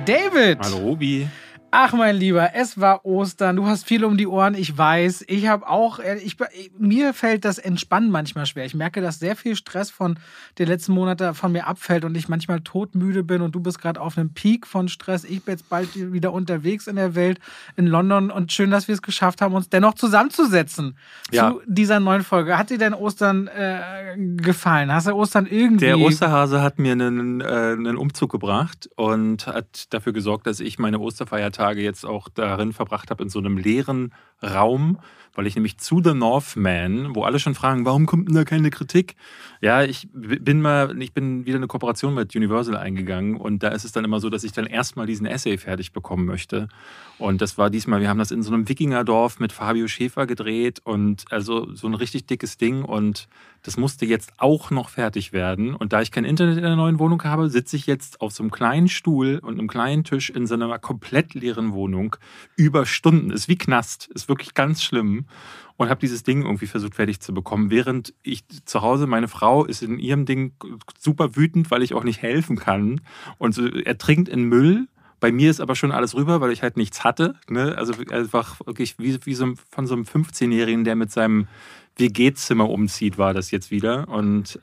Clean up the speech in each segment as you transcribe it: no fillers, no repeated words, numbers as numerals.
David! Hallo Robi. Ach, mein Lieber, es war Ostern. Du hast viel um die Ohren, ich weiß. Ich habe auch, mir fällt das Entspannen manchmal schwer. Ich merke, dass sehr viel Stress von den letzten Monaten von mir abfällt und ich manchmal todmüde bin und du bist gerade auf einem Peak von Stress. Ich bin jetzt bald wieder unterwegs in der Welt, in London, und schön, dass wir es geschafft haben, uns dennoch zusammenzusetzen zu dieser neuen Folge. Hat dir denn Ostern gefallen? Hast du Ostern irgendwie... Der Osterhase hat mir einen Umzug gebracht und hat dafür gesorgt, dass ich meine Osterfeiertage jetzt auch darin verbracht habe, in so einem leeren Raum, weil ich nämlich zu The Northman, wo alle schon fragen, warum kommt denn da keine Kritik? Ja, ich bin wieder eine Kooperation mit Universal eingegangen und da ist es dann immer so, dass ich dann erstmal diesen Essay fertig bekommen möchte. Und das war diesmal, wir haben das in so einem Wikingerdorf mit Fabio Schäfer gedreht und also so ein richtig dickes Ding und das musste jetzt auch noch fertig werden. Und da ich kein Internet in der neuen Wohnung habe, sitze ich jetzt auf so einem kleinen Stuhl und einem kleinen Tisch in so einer komplett leeren Wohnung über Stunden. Ist wie Knast, ist wirklich ganz schlimm. Und habe dieses Ding irgendwie versucht fertig zu bekommen, während ich zu Hause, meine Frau ist in ihrem Ding super wütend, weil ich auch nicht helfen kann und so ertrinkt in Müll. Bei mir ist aber schon alles rüber, weil ich halt nichts hatte. Ne? Also einfach wirklich wie so von so einem 15-Jährigen, der mit seinem WG-Zimmer umzieht, war das jetzt wieder. Und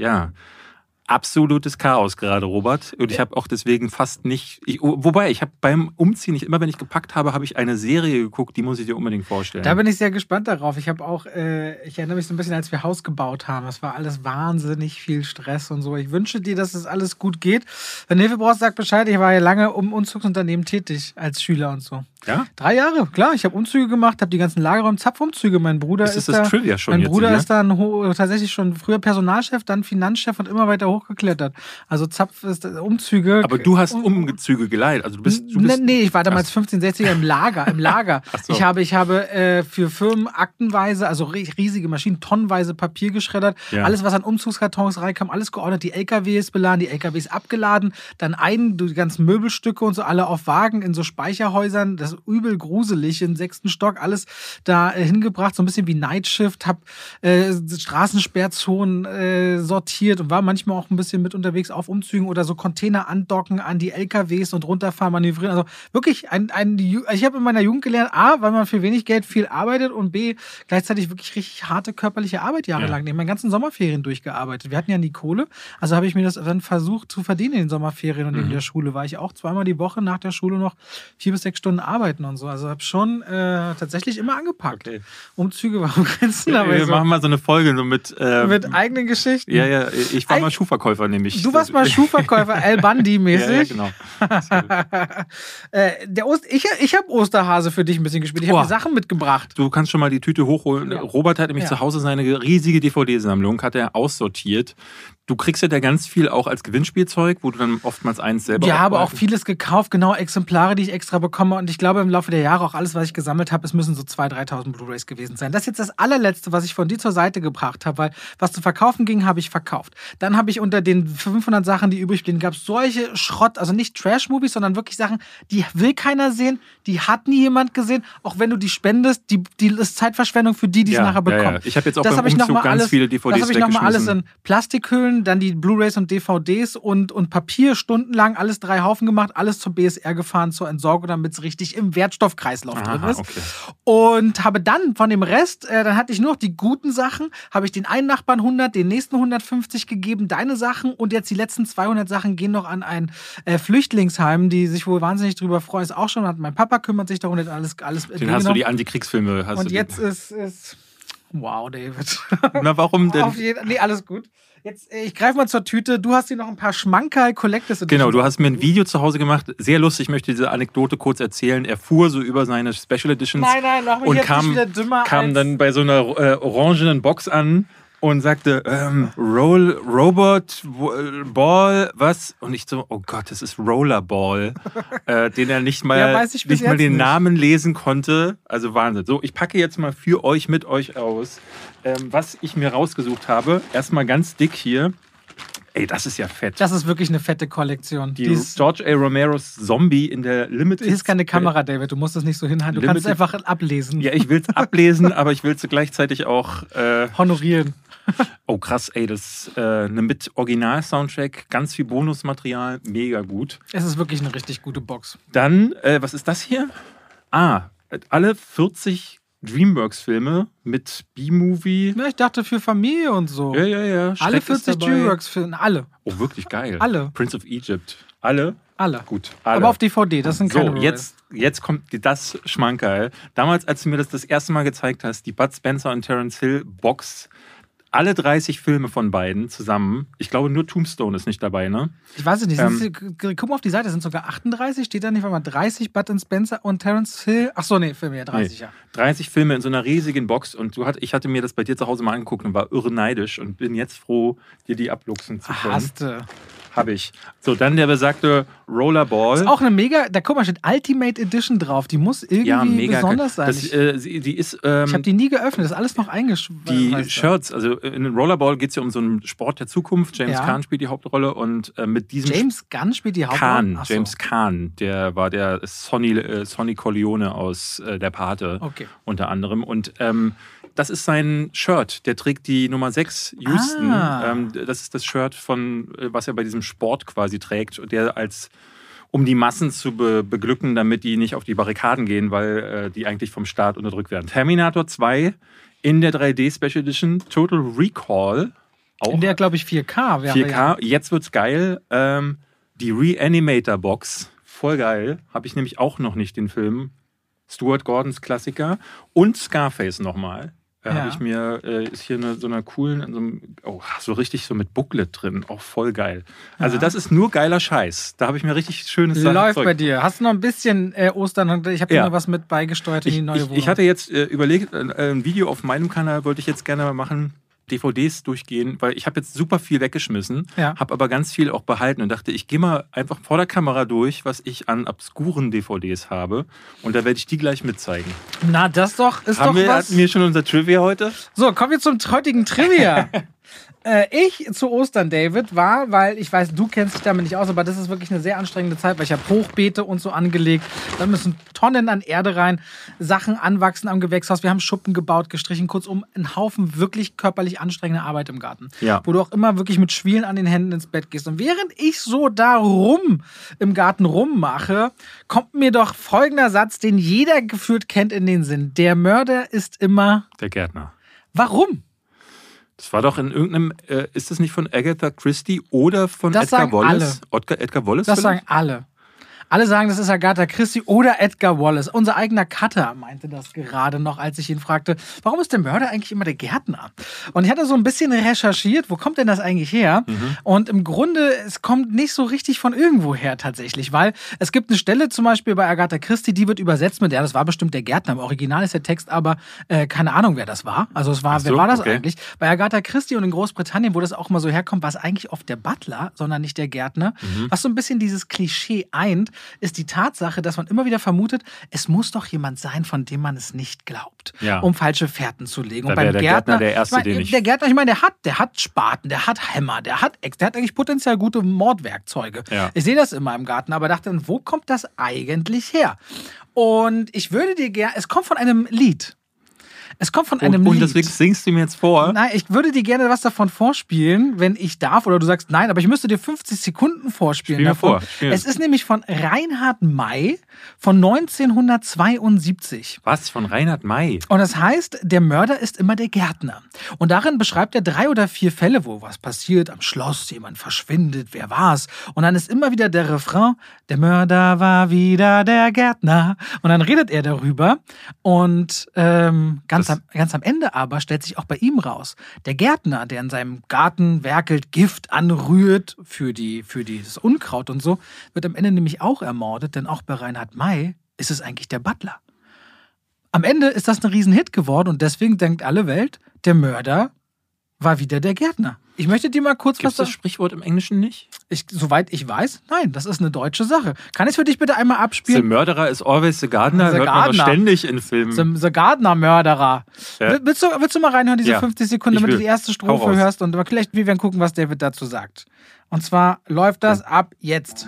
absolutes Chaos gerade, Robert. Und ich habe auch deswegen fast nicht... ich habe beim Umziehen, nicht immer wenn ich gepackt habe, habe ich eine Serie geguckt, die muss ich dir unbedingt vorstellen. Da bin ich sehr gespannt darauf. Ich habe auch, ich erinnere mich so ein bisschen, als wir Haus gebaut haben. Das war alles wahnsinnig viel Stress und so. Ich wünsche dir, dass es alles gut geht. Wenn du Hilfe brauchst, sag Bescheid. Ich war ja lange im Umzugsunternehmen tätig als Schüler und so. Ja? 3 Jahre, klar. Ich habe Umzüge gemacht, habe die ganzen Lagerräume, Zapfumzüge. Mein Bruder ist das Trivia schon mein jetzt Bruder hier? ist dann tatsächlich schon früher Personalchef, dann Finanzchef und immer weiter hochgeklettert. Also Zapf ist Umzüge. Aber du hast Umzüge geleitet. Also du bist Nee, ich war damals 15, 16 im Lager. Ach so. Ich habe für Firmen aktenweise, also riesige Maschinen, tonnenweise Papier geschreddert. Ja. Alles, was an Umzugskartons reinkam, alles geordnet. Die LKWs beladen, die LKWs abgeladen. Dann die ganzen Möbelstücke und so alle auf Wagen in so Speicherhäusern. Das ist übel gruselig. Im 6. Stock alles da hingebracht. So ein bisschen wie Night Shift. Hab Straßensperrzonen sortiert und war manchmal auch ein bisschen mit unterwegs auf Umzügen oder so Container andocken an die LKWs und runterfahren, manövrieren. Also wirklich ich habe in meiner Jugend gelernt, A, weil man für wenig Geld viel arbeitet und B, gleichzeitig wirklich richtig harte körperliche Arbeit jahrelang. Ich habe meine ganzen Sommerferien durchgearbeitet. Wir hatten ja nie Kohle, also habe ich mir das dann versucht zu verdienen in den Sommerferien und neben der Schule war ich auch 2-mal die Woche nach der Schule noch 4 bis 6 Stunden arbeiten und so. Also habe schon tatsächlich immer angepackt. Okay. Umzüge waren Grenzen. Aber wir machen mal so eine Folge so mit eigenen Geschichten. Ja, ich war mal Schuhverkäufer nämlich. Du warst mal Schuhverkäufer, Al Bundy-mäßig. Ja, genau. Ich habe Osterhase für dich ein bisschen gespielt. Ich habe Sachen mitgebracht. Du kannst schon mal die Tüte hochholen. Ja. Robert hat nämlich zu Hause seine riesige DVD-Sammlung, hat er aussortiert. Du kriegst ja da ganz viel auch als Gewinnspielzeug, wo du dann oftmals eins selber... Ja, habe auch vieles gekauft, genau, Exemplare, die ich extra bekomme. Und ich glaube, im Laufe der Jahre auch alles, was ich gesammelt habe, es müssen so 2.000, 3.000 Blu-rays gewesen sein. Das ist jetzt das allerletzte, was ich von dir zur Seite gebracht habe, weil was zu verkaufen ging, habe ich verkauft. Dann habe ich unter den 500 Sachen, die übrig blieben, gab es solche Schrott, also nicht Trash-Movies, sondern wirklich Sachen, die will keiner sehen, die hat nie jemand gesehen. Auch wenn du die spendest, die ist Zeitverschwendung für die es nachher bekommen. Ja. Ich habe jetzt auch beim Umzug ganz viele DVDs weggeschmissen. Das habe ich nochmal alles in Plastikhüllen, dann die Blu-rays und DVDs und Papier stundenlang, alles 3 Haufen gemacht, alles zur BSR gefahren, zur Entsorgung, damit es richtig im Wertstoffkreislauf drin ist. Okay. Und habe dann von dem Rest, dann hatte ich nur noch die guten Sachen, habe ich den einen Nachbarn 100, den nächsten 150 gegeben, deine Sachen und jetzt die letzten 200 Sachen gehen noch an ein Flüchtlingsheim, die sich wohl wahnsinnig drüber freuen. Ist auch schon, mein Papa kümmert sich darum, alles den hast du die Antikriegsfilme. Und jetzt ist wow, David. Na, warum denn? Nee, alles gut. Jetzt, ich greife mal zur Tüte. Du hast hier noch ein paar Schmankerl Collectors Edition. Genau, du hast mir ein Video zu Hause gemacht. Sehr lustig, ich möchte diese Anekdote kurz erzählen. Er fuhr so über seine Special Editions. Nein, mach mich und jetzt nicht wieder dümmer kam dann bei so einer orangenen Box an und sagte, Robot Ball, was? Und ich so, oh Gott, das ist Rollerball, den er nicht mal, den Namen lesen konnte. Also Wahnsinn. So, ich packe jetzt mal für euch, mit euch aus, was ich mir rausgesucht habe. Erstmal ganz dick hier. Ey, das ist ja fett. Das ist wirklich eine fette Kollektion. Die George A. Romeros Zombie in der Limited... Hier ist keine Kamera, David. Du musst es nicht so hinhalten. Du kannst es einfach ablesen. Ja, ich will es ablesen, aber ich will es gleichzeitig auch... honorieren. Oh krass, ey, das ist eine mit Original-Soundtrack, ganz viel Bonusmaterial, mega gut. Es ist wirklich eine richtig gute Box. Dann, was ist das hier? Alle 40 DreamWorks-Filme mit B-Movie. Ja, ich dachte für Familie und so. Ja. Schreck Alle 40 DreamWorks-Filme, alle. Oh, wirklich geil. Alle. Prince of Egypt. Alle? Alle. Gut, alle. Aber auf DVD, das sind keine So, jetzt kommt das Schmankerl. Damals, als du mir das erste Mal gezeigt hast, die Bud Spencer und Terence Hill Box, alle 30 Filme von beiden zusammen. Ich glaube, nur Tombstone ist nicht dabei, ne? Ich weiß es nicht. Guck mal auf die Seite, es sind sogar 38. Steht da nicht mal 30 Bud Spencer und Terence Hill? Achso, nee, Filme, ja, 30, ja. 30 Filme in so einer riesigen Box und ich hatte mir das bei dir zu Hause mal angeguckt und war irre neidisch und bin jetzt froh, dir die abluchsen zu können. Hast du. Habe ich. So, dann der besagte Rollerball. Das ist auch eine mega, da guck mal, steht Ultimate Edition drauf. Die muss irgendwie besonders sein. Die ist, ich habe die nie geöffnet, das ist alles noch eingeschweißt. Die Shirts, also in Rollerball geht es ja um so einen Sport der Zukunft. James Caan spielt die Hauptrolle und mit diesem... James Gunn spielt die Hauptrolle? James Caan, der war der Sonny Corleone aus Der Pate unter anderem. Und das ist sein Shirt. Der trägt die Nummer 6 Houston. Das ist das Shirt was er bei diesem Sport quasi trägt, um die Massen zu beglücken, damit die nicht auf die Barrikaden gehen, weil die eigentlich vom Staat unterdrückt werden. Terminator 2 in der 3D Special Edition, Total Recall. Auch in der, glaube ich, 4K wäre. 4K, jetzt wird's geil. Die Reanimator Box, voll geil. Habe ich nämlich auch noch nicht, den Film. Stuart Gordons Klassiker. Und Scarface nochmal. Habe ich mir, ist hier so einer coolen, so richtig so mit Booklet drin, auch voll geil. Also das ist nur geiler Scheiß. Da habe ich mir richtig schönes Läuft bei dir. Hast du noch ein bisschen Ostern? Ich habe dir noch was mit beigesteuert in die neue Wohnung. Ich hatte jetzt überlegt, ein Video auf meinem Kanal wollte ich jetzt gerne mal machen, DVDs durchgehen, weil ich habe jetzt super viel weggeschmissen, habe aber ganz viel auch behalten und dachte, ich gehe mal einfach vor der Kamera durch, was ich an obskuren DVDs habe und da werde ich die gleich mitzeigen. Na, das doch ist doch was. Hatten wir schon unser Trivia heute? So, kommen wir zum heutigen Trivia. Ich zu Ostern, David, weil ich weiß, du kennst dich damit nicht aus, aber das ist wirklich eine sehr anstrengende Zeit, weil ich habe Hochbeete und so angelegt. Da müssen Tonnen an Erde rein, Sachen anwachsen am Gewächshaus. Wir haben Schuppen gebaut, gestrichen, kurzum, einen Haufen wirklich körperlich anstrengende Arbeit im Garten. Ja. Wo du auch immer wirklich mit Schwielen an den Händen ins Bett gehst. Und während ich so da im Garten rummache, kommt mir doch folgender Satz, den jeder gefühlt kennt, in den Sinn. Der Mörder ist immer... der Gärtner. Warum? Das war doch in irgendeinem, ist das nicht von Agatha Christie oder von Edgar Wallace? Edgar Wallace? Das sagen alle. Alle sagen, das ist Agatha Christie oder Edgar Wallace. Unser eigener Cutter meinte das gerade noch, als ich ihn fragte, warum ist der Mörder eigentlich immer der Gärtner? Und ich hatte so ein bisschen recherchiert, wo kommt denn das eigentlich her? Und im Grunde, es kommt nicht so richtig von irgendwo her tatsächlich, weil es gibt eine Stelle zum Beispiel bei Agatha Christie, die wird übersetzt mit, das war bestimmt der Gärtner. Im Original ist der Text aber, keine Ahnung, wer das war. Also wer war das eigentlich? Bei Agatha Christie und in Großbritannien, wo das auch mal so herkommt, war es eigentlich oft der Butler, sondern nicht der Gärtner. Was so ein bisschen dieses Klischee eint, ist die Tatsache, dass man immer wieder vermutet, es muss doch jemand sein, von dem man es nicht glaubt, um falsche Fährten zu legen. Und beim Gärtner der Erste, der Gärtner, ich meine, der hat Spaten, der hat Hämmer, der hat eigentlich potenziell gute Mordwerkzeuge. Ja. Ich sehe das immer im Garten, aber dachte dann, wo kommt das eigentlich her? Und ich würde dir gerne, es kommt von einem Lied. Es kommt von einem Lied. Und deswegen singst du mir jetzt vor? Nein, ich würde dir gerne was davon vorspielen, wenn ich darf. Oder du sagst nein, aber ich müsste dir 50 Sekunden vorspielen. Spiel mir vor. Es ist nämlich von Reinhard May von 1972. Was? Von Reinhard May? Und das heißt, der Mörder ist immer der Gärtner. Und darin beschreibt er 3 oder 4 Fälle, wo was passiert. Am Schloss, jemand verschwindet, wer war's? Und dann ist immer wieder der Refrain, der Mörder war wieder der Gärtner. Und dann redet er darüber. Und ganz am Ende aber stellt sich auch bei ihm raus, der Gärtner, der in seinem Garten werkelt, Gift anrührt für das Unkraut und so, wird am Ende nämlich auch ermordet, denn auch bei Reinhard May ist es eigentlich der Butler. Am Ende ist das ein Riesenhit geworden und deswegen denkt alle Welt, der Mörder war wieder der Gärtner. Ich möchte dir mal kurz Gibt's das Sprichwort im Englischen nicht? Soweit ich weiß, nein, das ist eine deutsche Sache. Kann ich es für dich bitte einmal abspielen? The Murderer is always the gardener, hört man doch ständig in Filmen. The Gardener-Mörderer. Ja. Willst du mal reinhören, diese 50 Sekunden, damit du die erste Strophe hörst und vielleicht wir werden gucken, was David dazu sagt. Und zwar läuft das ab jetzt.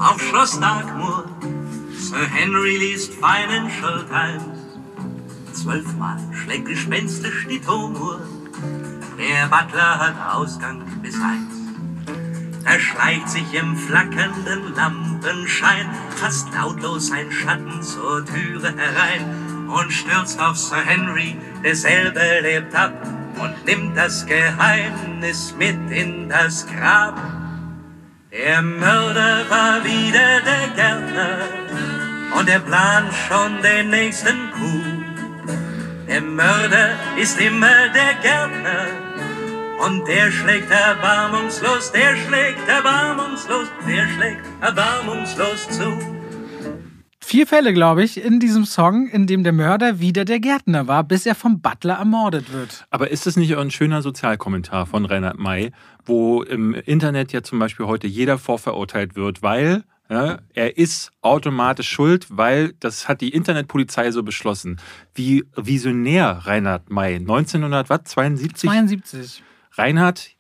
auf Schloss Darkmoor. Sir Henry liest Financial Times. 12-mal schlägt gespenstisch die Turmuhr. Der Butler hat Ausgang bis 1. Da schleicht sich im flackernden Lampenschein fast lautlos ein Schatten zur Türe herein und stürzt auf Sir Henry, derselbe lebt ab und nimmt das Geheimnis mit in das Grab. Der Mörder war wieder der Gärtner und er plant schon den nächsten Coup. Der Mörder ist immer der Gärtner und der schlägt erbarmungslos, der schlägt erbarmungslos, der schlägt erbarmungslos zu. 4 Fälle, glaube ich, in diesem Song, in dem der Mörder wieder der Gärtner war, bis er vom Butler ermordet wird. Aber ist das nicht ein schöner Sozialkommentar von Reinhard May, wo im Internet ja zum Beispiel heute jeder vorverurteilt wird, weil er ist automatisch schuld, weil das hat die Internetpolizei so beschlossen. Wie visionär Reinhard May, 1972? 72. Reinhard,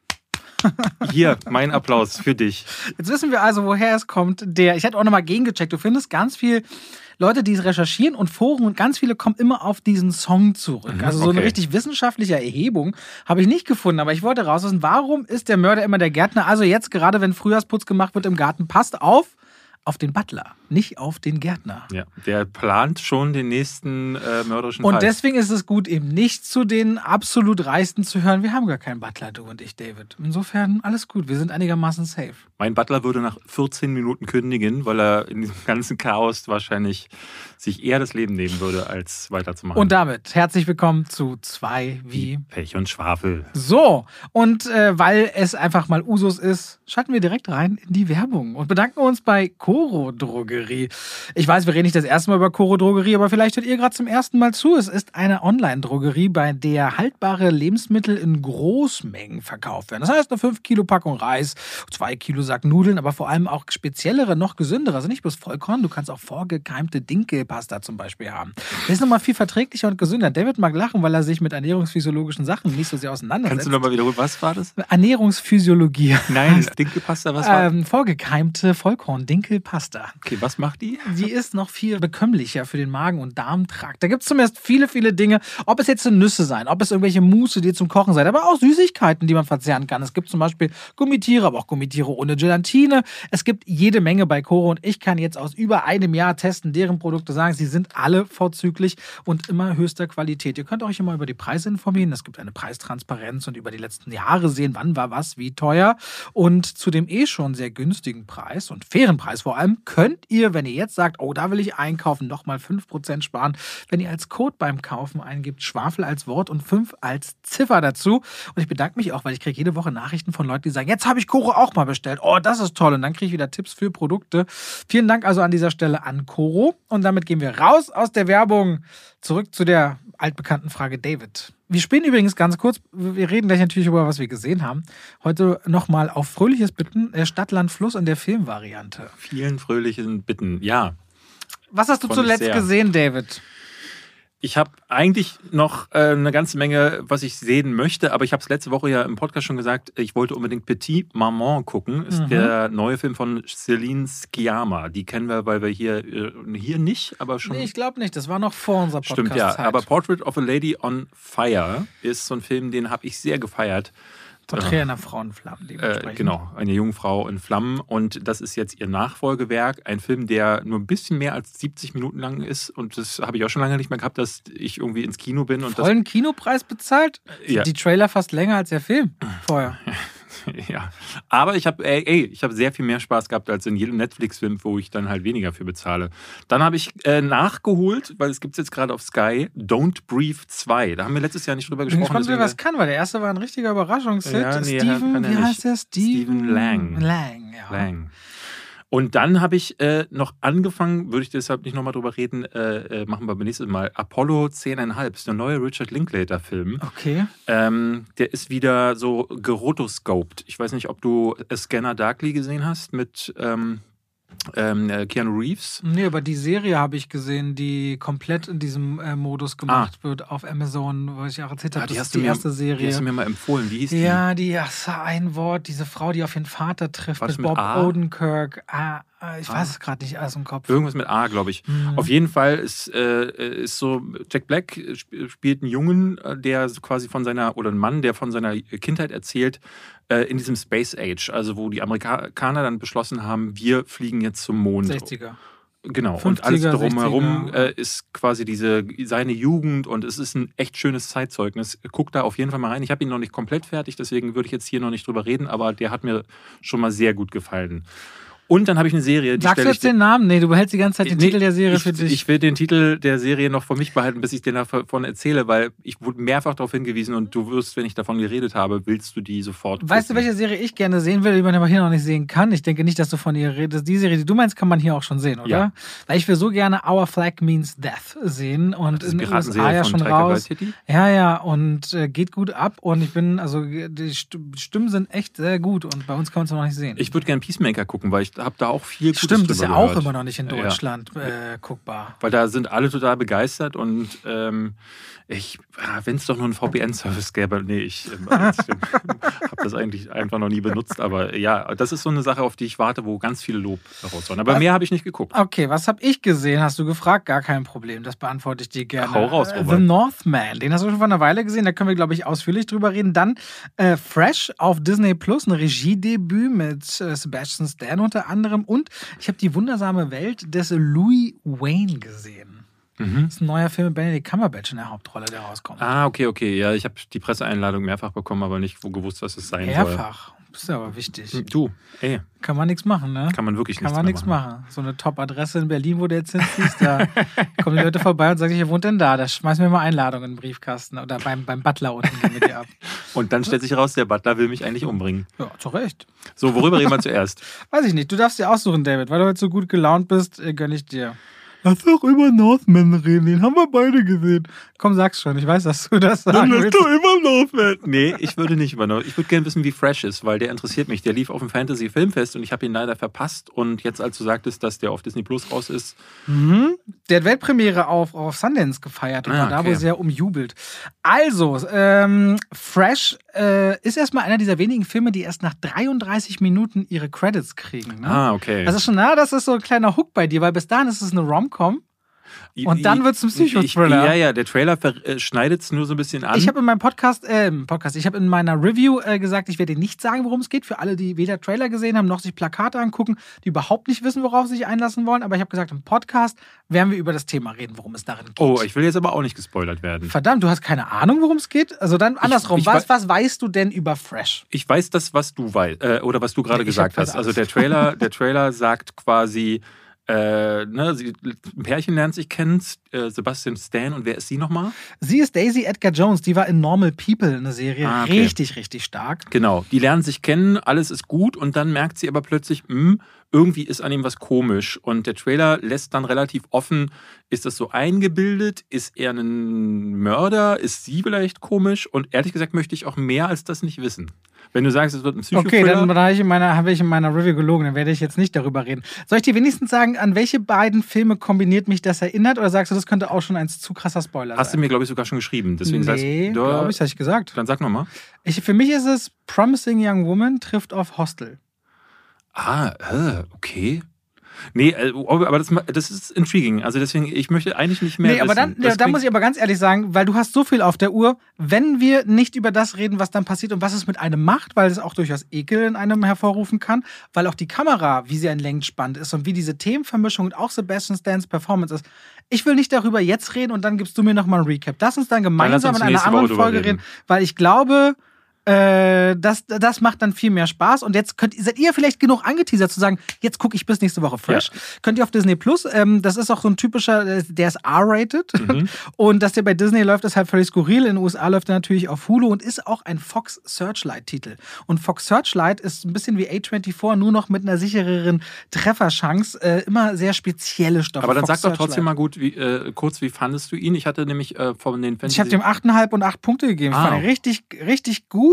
hier, mein Applaus für dich. Jetzt wissen wir also, woher es kommt. Ich hatte auch nochmal gegengecheckt. Du findest ganz viel Leute, die es recherchieren und Foren und ganz viele kommen immer auf diesen Song zurück. Also so eine richtig wissenschaftliche Erhebung habe ich nicht gefunden. Aber ich wollte rauswissen, warum ist der Mörder immer der Gärtner? Also jetzt gerade, wenn Frühjahrsputz gemacht wird im Garten, passt auf den Butler, nicht auf den Gärtner. Ja, der plant schon den nächsten mörderischen Und Fall. deswegen ist es gut, eben nicht zu den absolut Reichsten zu hören. Wir haben gar keinen Butler, du und ich, David. Insofern alles gut, wir sind einigermaßen safe. Mein Butler würde nach 14 Minuten kündigen, weil er in diesem ganzen Chaos wahrscheinlich sich eher das Leben nehmen würde, als weiterzumachen. Und damit herzlich willkommen zu 2 wie Pech und Schwafel. So, und weil es einfach mal Usus ist, schalten wir direkt rein in die Werbung und bedanken uns bei Coro Drogerie. Ich weiß, wir reden nicht das erste Mal über Coro Drogerie, aber vielleicht hört ihr gerade zum ersten Mal zu. Es ist eine Online-Drogerie, bei der haltbare Lebensmittel in Großmengen verkauft werden. Das heißt, eine 5 Kilo Packung Reis, 2 Kilo Sack Nudeln, aber vor allem auch speziellere, noch gesündere. Also nicht bloß Vollkorn, du kannst auch vorgekeimte Dinkelpasta zum Beispiel haben. Das ist nochmal viel verträglicher und gesünder. David mag lachen, weil er sich mit ernährungsphysiologischen Sachen nicht so sehr auseinandersetzt. Kannst du nochmal wiederholen, was war das? Ernährungsphysiologie. Nein, Dinkelpasta, was war das? Vorgekeimte Vollkorn-Dinkelpasta. Okay, was macht die? Die ist noch viel bekömmlicher für den Magen- und Darmtrakt. Da gibt es zumindest viele, viele Dinge. Ob es jetzt Nüsse sein, ob es irgendwelche Musse, die zum Kochen sein, aber auch Süßigkeiten, die man verzehren kann. Es gibt zum Beispiel Gummitiere, aber auch Gummitiere ohne Gelatine. Es gibt jede Menge bei Coro und ich kann jetzt aus über einem Jahr testen, deren Produkte sagen, sie sind alle vorzüglich und immer höchster Qualität. Ihr könnt euch immer über die Preise informieren. Es gibt eine Preistransparenz und über die letzten Jahre sehen, wann war was, wie teuer. Und zu dem schon sehr günstigen Preis und fairen Preis vor allem könnt ihr, wenn ihr jetzt sagt, oh, da will ich einkaufen, nochmal 5% sparen, wenn ihr als Code beim Kaufen eingibt, Schwafel als Wort und 5 als Ziffer dazu. Und ich bedanke mich auch, weil ich kriege jede Woche Nachrichten von Leuten, die sagen, jetzt habe ich Coro auch mal bestellt. Oh, das ist toll. Und dann kriege ich wieder Tipps für Produkte. Vielen Dank also an dieser Stelle an Coro. Und damit gehen wir raus aus der Werbung. Zurück zu der altbekannten Frage David. Wir spielen übrigens ganz kurz, wir reden gleich natürlich über was wir gesehen haben. Heute nochmal auf fröhliches Bitten, Stadt, Land, Fluss in der Filmvariante. Vielen fröhlichen Bitten, ja. Was hast du zuletzt gesehen, David? Ich habe eigentlich noch eine ganze Menge, was ich sehen möchte, aber ich habe es letzte Woche ja im Podcast schon gesagt, ich wollte unbedingt Petit Maman gucken. Ist der neue Film von Celine Sciamma. Die kennen wir, weil wir hier nicht, aber schon... Nee, ich glaube nicht. Das war noch vor unserer Podcast-Zeit. Stimmt, ja. Aber Portrait of a Lady on Fire ist so ein Film, den habe ich sehr gefeiert. Porträt einer Frau in Flammen, dementsprechend. Genau, eine junge Frau in Flammen. Und das ist jetzt ihr Nachfolgewerk. Ein Film, der nur ein bisschen mehr als 70 Minuten lang ist. Und das habe ich auch schon lange nicht mehr gehabt, dass ich irgendwie ins Kino bin. Und vollen Kinopreis bezahlt? Ja. Die Trailer fast länger als der Film vorher. Ja, aber ich habe sehr viel mehr Spaß gehabt als in jedem Netflix-Film, wo ich dann halt weniger für bezahle. Dann habe ich nachgeholt, weil es gibt es jetzt gerade auf Sky, Don't Breathe 2. Da haben wir letztes Jahr nicht drüber gesprochen. Ich bin gespannt, wer was kann, weil der erste war ein richtiger Überraschungshit. Ja, nee, wie heißt der? Steven Lang. Lang. Und dann habe ich noch angefangen, würde ich deshalb nicht nochmal drüber reden, machen wir beim nächsten Mal, Apollo 10,5. Ist der neue Richard Linklater-Film. Okay. Der ist wieder so gerotoscoped. Ich weiß nicht, ob du Scanner Darkly gesehen hast mit Keanu Reeves. Nee, aber die Serie habe ich gesehen, die komplett in diesem Modus gemacht wird auf Amazon, wo ich auch erzählt habe, das ist die erste Serie. Die hast du mir mal empfohlen. Wie hieß die? Ja, ein Wort, diese Frau, die auf ihren Vater trifft, mit Bob Odenkirk. Ich weiß es gerade nicht aus dem Kopf. Irgendwas mit A, glaube ich. Auf jeden Fall ist so, Jack Black spielt einen Jungen, der so quasi oder einen Mann, der von seiner Kindheit erzählt, in diesem Space Age, also wo die Amerikaner dann beschlossen haben, wir fliegen jetzt zum Mond. 60er. Genau, 50er, und alles drumherum 60er. ist quasi seine Jugend und es ist ein echt schönes Zeitzeugnis. Guck da auf jeden Fall mal rein. Ich habe ihn noch nicht komplett fertig, deswegen würde ich jetzt hier noch nicht drüber reden, aber der hat mir schon mal sehr gut gefallen. Und dann habe ich eine Serie, die Sagst du jetzt den Namen? Nee, du behältst die ganze Zeit den Titel der Serie für dich. Ich will den Titel der Serie noch für mich behalten, bis ich dir davon erzähle, weil ich wurde mehrfach darauf hingewiesen und du wirst, wenn ich davon geredet habe, willst du die sofort Weißt gucken. du, welche Serie ich gerne sehen will, die man aber hier noch nicht sehen kann? Ich denke nicht, dass du von ihr redest. Die Serie, die du meinst, kann man hier auch schon sehen, oder? Ja. Weil ich will so gerne Our Flag Means Death sehen und in den USA ja schon raus. Ja, und geht gut ab und die Stimmen sind echt sehr gut und bei uns kann man es noch nicht sehen. Ich würde gerne Peacemaker gucken, weil ich habe da auch viel Gutes Stimmt, das ist ja drüber auch gehört. immer noch nicht in Deutschland guckbar. Weil da sind alle total begeistert und wenn es doch nur einen VPN-Service gäbe, nee, ich habe das eigentlich einfach noch nie benutzt, aber ja, das ist so eine Sache, auf die ich warte, wo ganz viel Lob raushauen. Aber mehr habe ich nicht geguckt. Okay, was habe ich gesehen? Hast du gefragt? Gar kein Problem, das beantworte ich dir gerne. Hau raus, Robert. The Northman, den hast du schon vor einer Weile gesehen, da können wir, glaube ich, ausführlich drüber reden. Dann Fresh auf Disney Plus, ein Regiedebüt mit Sebastian Stan unter anderem und ich habe die wundersame Welt des Louis Wayne gesehen. Das ist ein neuer Film mit Benedict Cumberbatch in der Hauptrolle, der rauskommt. Ah, okay. Ja, ich habe die Presseeinladung mehrfach bekommen, aber nicht gewusst, was es sein soll. Mehrfach? Das ist aber wichtig. Du, Kann man nichts machen, ne? Kann man wirklich Kann man nichts machen. So eine Top-Adresse in Berlin, wo du jetzt hinziehst, da kommen die Leute vorbei und sagen, ihr wohnt denn da? Da schmeißen wir mal Einladungen in den Briefkasten oder beim Butler unten gehen wir dir ab. Und dann stellt sich heraus, der Butler will mich eigentlich umbringen. Ja, zu Recht. So, worüber reden wir zuerst? Weiß ich nicht. Du darfst dir aussuchen, David. Weil du heute so gut gelaunt bist, gönn ich dir. Lass doch über Northman reden. Den haben wir beide gesehen. Komm, sag's schon. Ich weiß, dass du das sagst. Dann lass doch über Northman. Nee, ich würde nicht über Northman. Ich würde gerne wissen, wie Fresh ist, weil der interessiert mich. Der lief auf dem Fantasy-Filmfest und ich habe ihn leider verpasst. Und jetzt, als du sagtest, dass der auf Disney Plus raus ist. Der hat Weltpremiere auf Sundance gefeiert und war da wohl sehr umjubelt. Also, Fresh ist erstmal einer dieser wenigen Filme, die erst nach 33 Minuten ihre Credits kriegen. Ne? Ah, okay. Das ist schon, das ist so ein kleiner Hook bei dir, weil bis dahin ist es eine Rom-Com. Und dann wird es ein Psychothriller. Ja, der Trailer schneidet es nur so ein bisschen an. Ich habe in meinem ich habe in meiner Review gesagt, ich werde nicht sagen, worum es geht, für alle, die weder Trailer gesehen haben, noch sich Plakate angucken, die überhaupt nicht wissen, worauf sie sich einlassen wollen. Aber ich habe gesagt, im Podcast werden wir über das Thema reden, worum es darin geht. Oh, ich will jetzt aber auch nicht gespoilert werden. Verdammt, du hast keine Ahnung, worum es geht? Also dann andersrum, was weißt du denn über Fresh? Ich weiß das, was du weißt, oder was du gerade gesagt hast. Also der Trailer sagt quasi, ein Pärchen lernt sich kennen, Sebastian Stan, und wer ist sie nochmal? Sie ist Daisy Edgar Jones, die war in Normal People, eine Serie, richtig, richtig stark. Genau, die lernen sich kennen, alles ist gut und dann merkt sie aber plötzlich, irgendwie ist an ihm was komisch und der Trailer lässt dann relativ offen, ist das so eingebildet, ist er ein Mörder, ist sie vielleicht komisch und ehrlich gesagt möchte ich auch mehr als das nicht wissen. Wenn du sagst, es wird ein Psychothriller... Okay, dann habe ich in meiner Review gelogen, dann werde ich jetzt nicht darüber reden. Soll ich dir wenigstens sagen, an welche beiden Filme kombiniert mich das erinnert? Oder sagst du, das könnte auch schon ein zu krasser Spoiler sein? Hast du mir, glaube ich, sogar schon geschrieben. Deswegen glaube ich, habe ich gesagt. Dann sag nochmal. Für mich ist es Promising Young Woman trifft auf Hostel. Okay. Nee, aber das ist intriguing. Also deswegen, ich möchte eigentlich nicht mehr aber wissen. Da muss ich aber ganz ehrlich sagen, weil du hast so viel auf der Uhr, wenn wir nicht über das reden, was dann passiert und was es mit einem macht, weil es auch durchaus Ekel in einem hervorrufen kann, weil auch die Kamera, wie sie entspannend ist und wie diese Themenvermischung und auch Sebastian Stans Performance ist. Ich will nicht darüber jetzt reden und dann gibst du mir nochmal ein Recap. Lass uns dann gemeinsam in einer anderen Folge reden, weil ich glaube... Das macht dann viel mehr Spaß und jetzt seid ihr vielleicht genug angeteasert zu sagen, jetzt gucke ich bis nächste Woche Fresh. Ja. Könnt ihr auf Disney Plus, das ist auch so ein typischer, der ist R-rated und dass der bei Disney läuft, ist halt völlig skurril. In den USA läuft er natürlich auf Hulu und ist auch ein Fox Searchlight-Titel. Und Fox Searchlight ist ein bisschen wie A24, nur noch mit einer sichereren Trefferchance, immer sehr spezielle Stoffe. Aber dann sag doch trotzdem mal kurz, wie fandest du ihn? Ich hatte nämlich von den Fantasy... Ich habe dem 8,5 und 8 Punkte gegeben. Ich fand ihn richtig, richtig gut.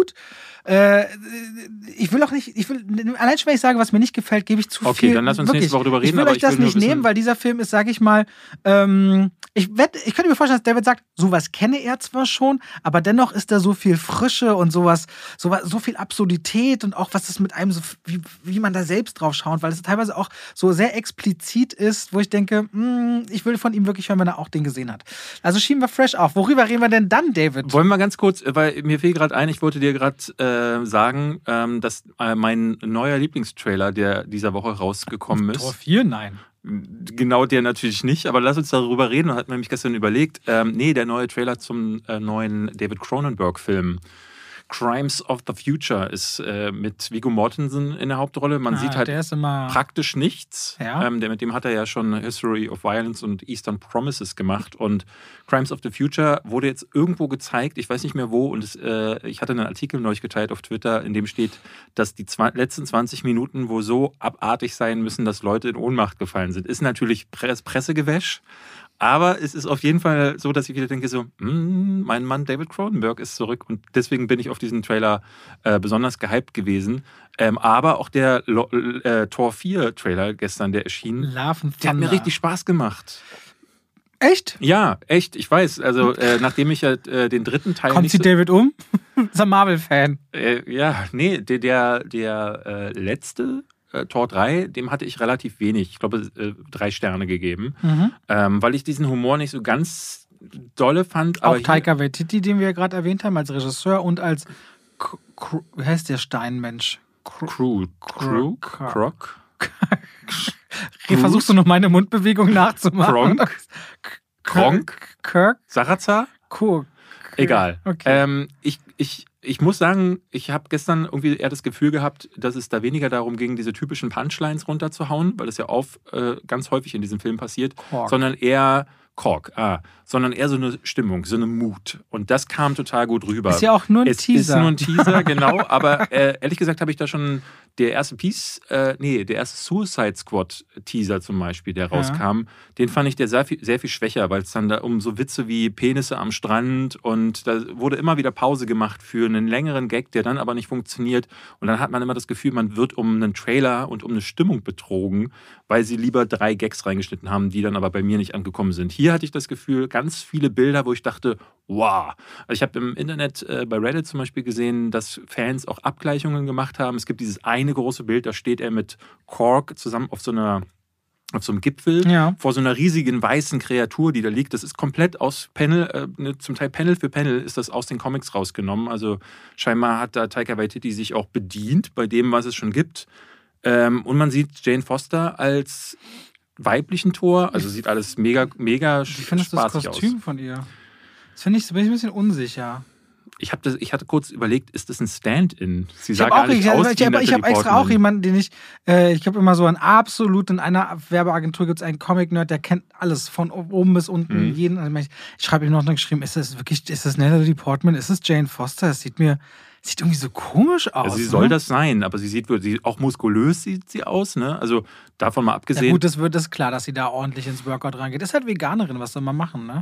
gut. Ich will allein schon, wenn ich sage, was mir nicht gefällt, gebe ich zu viel. Okay, dann lass uns nächste Woche drüber reden. Ich will euch das nicht nehmen, weil dieser Film ist, sage ich mal, ich könnte mir vorstellen, dass David sagt, sowas kenne er zwar schon, aber dennoch ist da so viel Frische und so viel Absurdität und auch was es mit einem so, wie man da selbst drauf schaut, weil es teilweise auch so sehr explizit ist, wo ich denke, ich will von ihm wirklich hören, wenn er auch den gesehen hat. Also schieben wir fresh auf. Worüber reden wir denn dann, David? Wollen wir ganz kurz, weil mir fiel gerade ein, ich wollte dir gerade sagen, dass mein neuer Lieblingstrailer, der dieser Woche rausgekommen ist. Tor 4? Nein. Genau, der natürlich nicht, aber lass uns darüber reden. Hat man nämlich gestern überlegt. Der neue Trailer zum neuen David Cronenberg-Film Crimes of the Future ist mit Viggo Mortensen in der Hauptrolle. Man sieht halt praktisch nichts. Ja. Mit dem hat er ja schon History of Violence und Eastern Promises gemacht. Und Crimes of the Future wurde jetzt irgendwo gezeigt, ich weiß nicht mehr wo. Und ich hatte einen Artikel neulich geteilt auf Twitter, in dem steht, dass die letzten 20 Minuten wohl so abartig sein müssen, dass Leute in Ohnmacht gefallen sind. Ist natürlich Pressegewäsch. Aber es ist auf jeden Fall so, dass ich wieder denke, so, mein Mann David Cronenberg ist zurück und deswegen bin ich auf diesen Trailer besonders gehypt gewesen. Aber auch der Tor 4 Trailer gestern, der erschien, der hat mir richtig Spaß gemacht. Echt? Ja, echt, ich weiß. Also nachdem ich ja den dritten Teil Kommt sie David um? Ist ein Marvel-Fan. Der letzte Tor 3, dem hatte ich relativ wenig, ich glaube 3 Sterne gegeben, weil ich diesen Humor nicht so ganz dolle fand. Auch Taika Waititi, den wir ja gerade erwähnt haben, als Regisseur und als, wie heißt der Steinmensch? Croc? Versuchst du noch meine Mundbewegung nachzumachen? Kronk? Sarazar? Cool. Egal. Okay. Ich muss sagen, ich habe gestern irgendwie eher das Gefühl gehabt, dass es da weniger darum ging, diese typischen Punchlines runterzuhauen, weil das ja ganz häufig in diesem Film passiert, sondern eher sondern eher so eine Stimmung, so eine Mut. Und das kam total gut rüber. Ist ja auch nur ein Teaser. Ist nur ein Teaser, genau. Aber ehrlich gesagt habe ich da schon der erste Suicide Squad Teaser zum Beispiel, der rauskam, den fand ich sehr viel schwächer, weil es dann da um so Witze wie Penisse am Strand und da wurde immer wieder Pause gemacht für einen längeren Gag, der dann aber nicht funktioniert. Und dann hat man immer das Gefühl, man wird um einen Trailer und um eine Stimmung betrogen, weil sie lieber 3 Gags reingeschnitten haben, die dann aber bei mir nicht angekommen sind. Hier hatte ich das Gefühl, ganz viele Bilder, wo ich dachte, wow. Also ich habe im Internet bei Reddit zum Beispiel gesehen, dass Fans auch Abgleichungen gemacht haben. Es gibt dieses eine große Bild, da steht er mit Korg zusammen auf so einem Gipfel vor so einer riesigen weißen Kreatur, die da liegt. Das ist komplett aus Panel, zum Teil Panel für Panel ist das aus den Comics rausgenommen. Also scheinbar hat da Taika Waititi sich auch bedient bei dem, was es schon gibt. Und man sieht Jane Foster als weiblichen Thor, also sieht alles mega spaßig aus. Wie findest du das Kostüm von ihr? Das bin ich ein bisschen unsicher. Ich hatte kurz überlegt, ist das ein Stand-in? Ich habe extra auch jemanden, den ich habe immer so in einer Werbeagentur gibt es einen Comic-Nerd, der kennt alles von oben bis unten, jeden. Also ich schreibe ihm noch geschrieben, ist das Natalie Portman, ist es Jane Foster? Das sieht irgendwie so komisch aus. Also sie soll das sein, aber sie auch muskulös sieht sie aus, ne? Also davon mal abgesehen. Ja gut, das ist klar, dass sie da ordentlich ins Workout reingeht. Das ist halt Veganerin, was soll man machen, ne?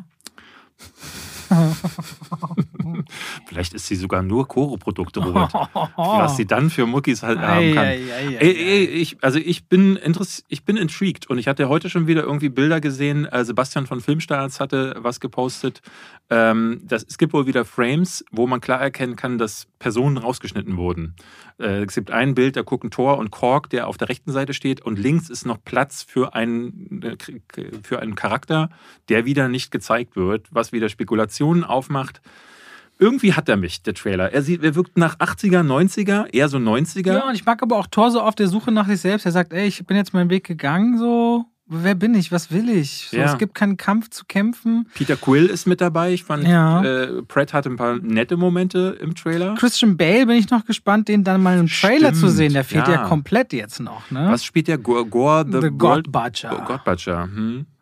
Vielleicht ist sie sogar nur Koro-Produkte, Robert. Was sie dann für Muckis halt haben kann. Ich bin intrigued und ich hatte heute schon wieder irgendwie Bilder gesehen. Sebastian von Filmstarts hatte was gepostet. Es gibt wohl wieder Frames, wo man klar erkennen kann, dass Personen rausgeschnitten wurden. Es gibt ein Bild, da gucken Thor und Korg, der auf der rechten Seite steht und links ist noch Platz für einen Charakter, der wieder nicht gezeigt wird, was wieder Spekulationen aufmacht. Irgendwie hat er mich, der Trailer. Er wirkt nach 80er, 90er, eher so 90er. Ja, und ich mag aber auch Thor so auf der Suche nach sich selbst. Er sagt, ich bin jetzt meinen Weg gegangen, so. Wer bin ich? Was will ich? So, es gibt keinen Kampf zu kämpfen. Peter Quill ist mit dabei. Ich fand, Pratt hatte ein paar nette Momente im Trailer. Christian Bale bin ich noch gespannt, den dann mal im Trailer zu sehen. Der fehlt ja komplett jetzt noch. Ne? Was spielt der? Gore the God Butcher. God Butcher.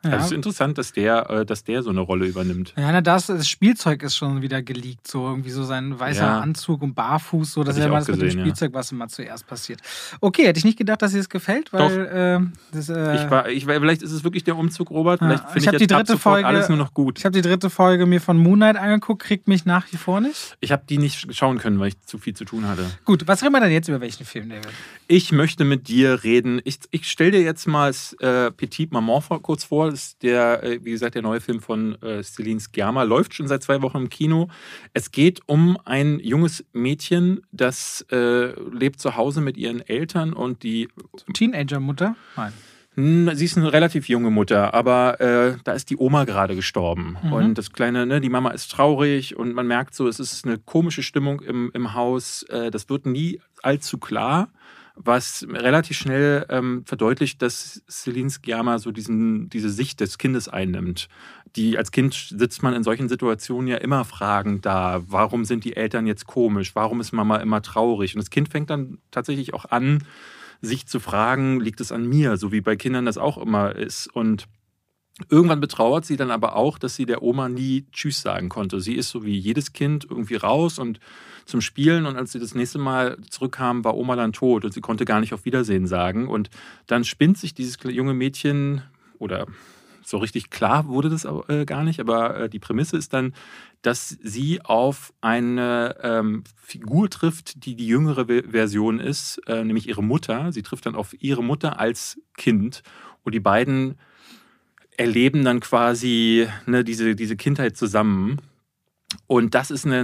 Ja. Also es ist interessant, dass der so eine Rolle übernimmt. Ja, das Spielzeug ist schon wieder geleakt, so irgendwie so sein weißer Anzug und barfuß, so das ist ja mal das mit dem Spielzeug, was immer zuerst passiert. Okay, hätte ich nicht gedacht, dass dir das gefällt, weil vielleicht ist es wirklich der Umzug, Robert. Vielleicht ich habe die dritte Folge alles nur noch gut. Ich habe die dritte Folge mir von Moon Knight angeguckt, kriegt mich nach wie vor nicht. Ich habe die nicht schauen können, weil ich zu viel zu tun hatte. Gut, was reden wir denn jetzt über welchen Film, David? Ich möchte mit dir reden. Ich stelle dir jetzt mal Petite Maman kurz vor. Das ist wie gesagt, der neue Film von Céline Sciamma. Läuft schon seit 2 Wochen im Kino. Es geht um ein junges Mädchen, das lebt zu Hause mit ihren Eltern und die Teenager-Mutter? Nein. Sie ist eine relativ junge Mutter, aber da ist die Oma gerade gestorben. Und das kleine, die Mama ist traurig und man merkt so, es ist eine komische Stimmung im Haus. Das wird nie allzu klar, was relativ schnell verdeutlicht, dass Céline Sciamma so diese Sicht des Kindes einnimmt. Als Kind sitzt man in solchen Situationen ja immer fragend da. Warum sind die Eltern jetzt komisch? Warum ist Mama immer traurig? Und das Kind fängt dann tatsächlich auch an, sich zu fragen, liegt es an mir? So wie bei Kindern das auch immer ist. Und irgendwann betrauert sie dann aber auch, dass sie der Oma nie Tschüss sagen konnte. Sie ist so wie jedes Kind irgendwie raus und zum Spielen. Und als sie das nächste Mal zurückkam, war Oma dann tot und sie konnte gar nicht auf Wiedersehen sagen. Und dann spinnt sich dieses junge Mädchen, oder so richtig klar wurde das gar nicht, aber die Prämisse ist dann, dass sie auf eine Figur trifft, die jüngere Version ist, nämlich ihre Mutter. Sie trifft dann auf ihre Mutter als Kind und die beiden erleben dann quasi diese Kindheit zusammen. Und das ist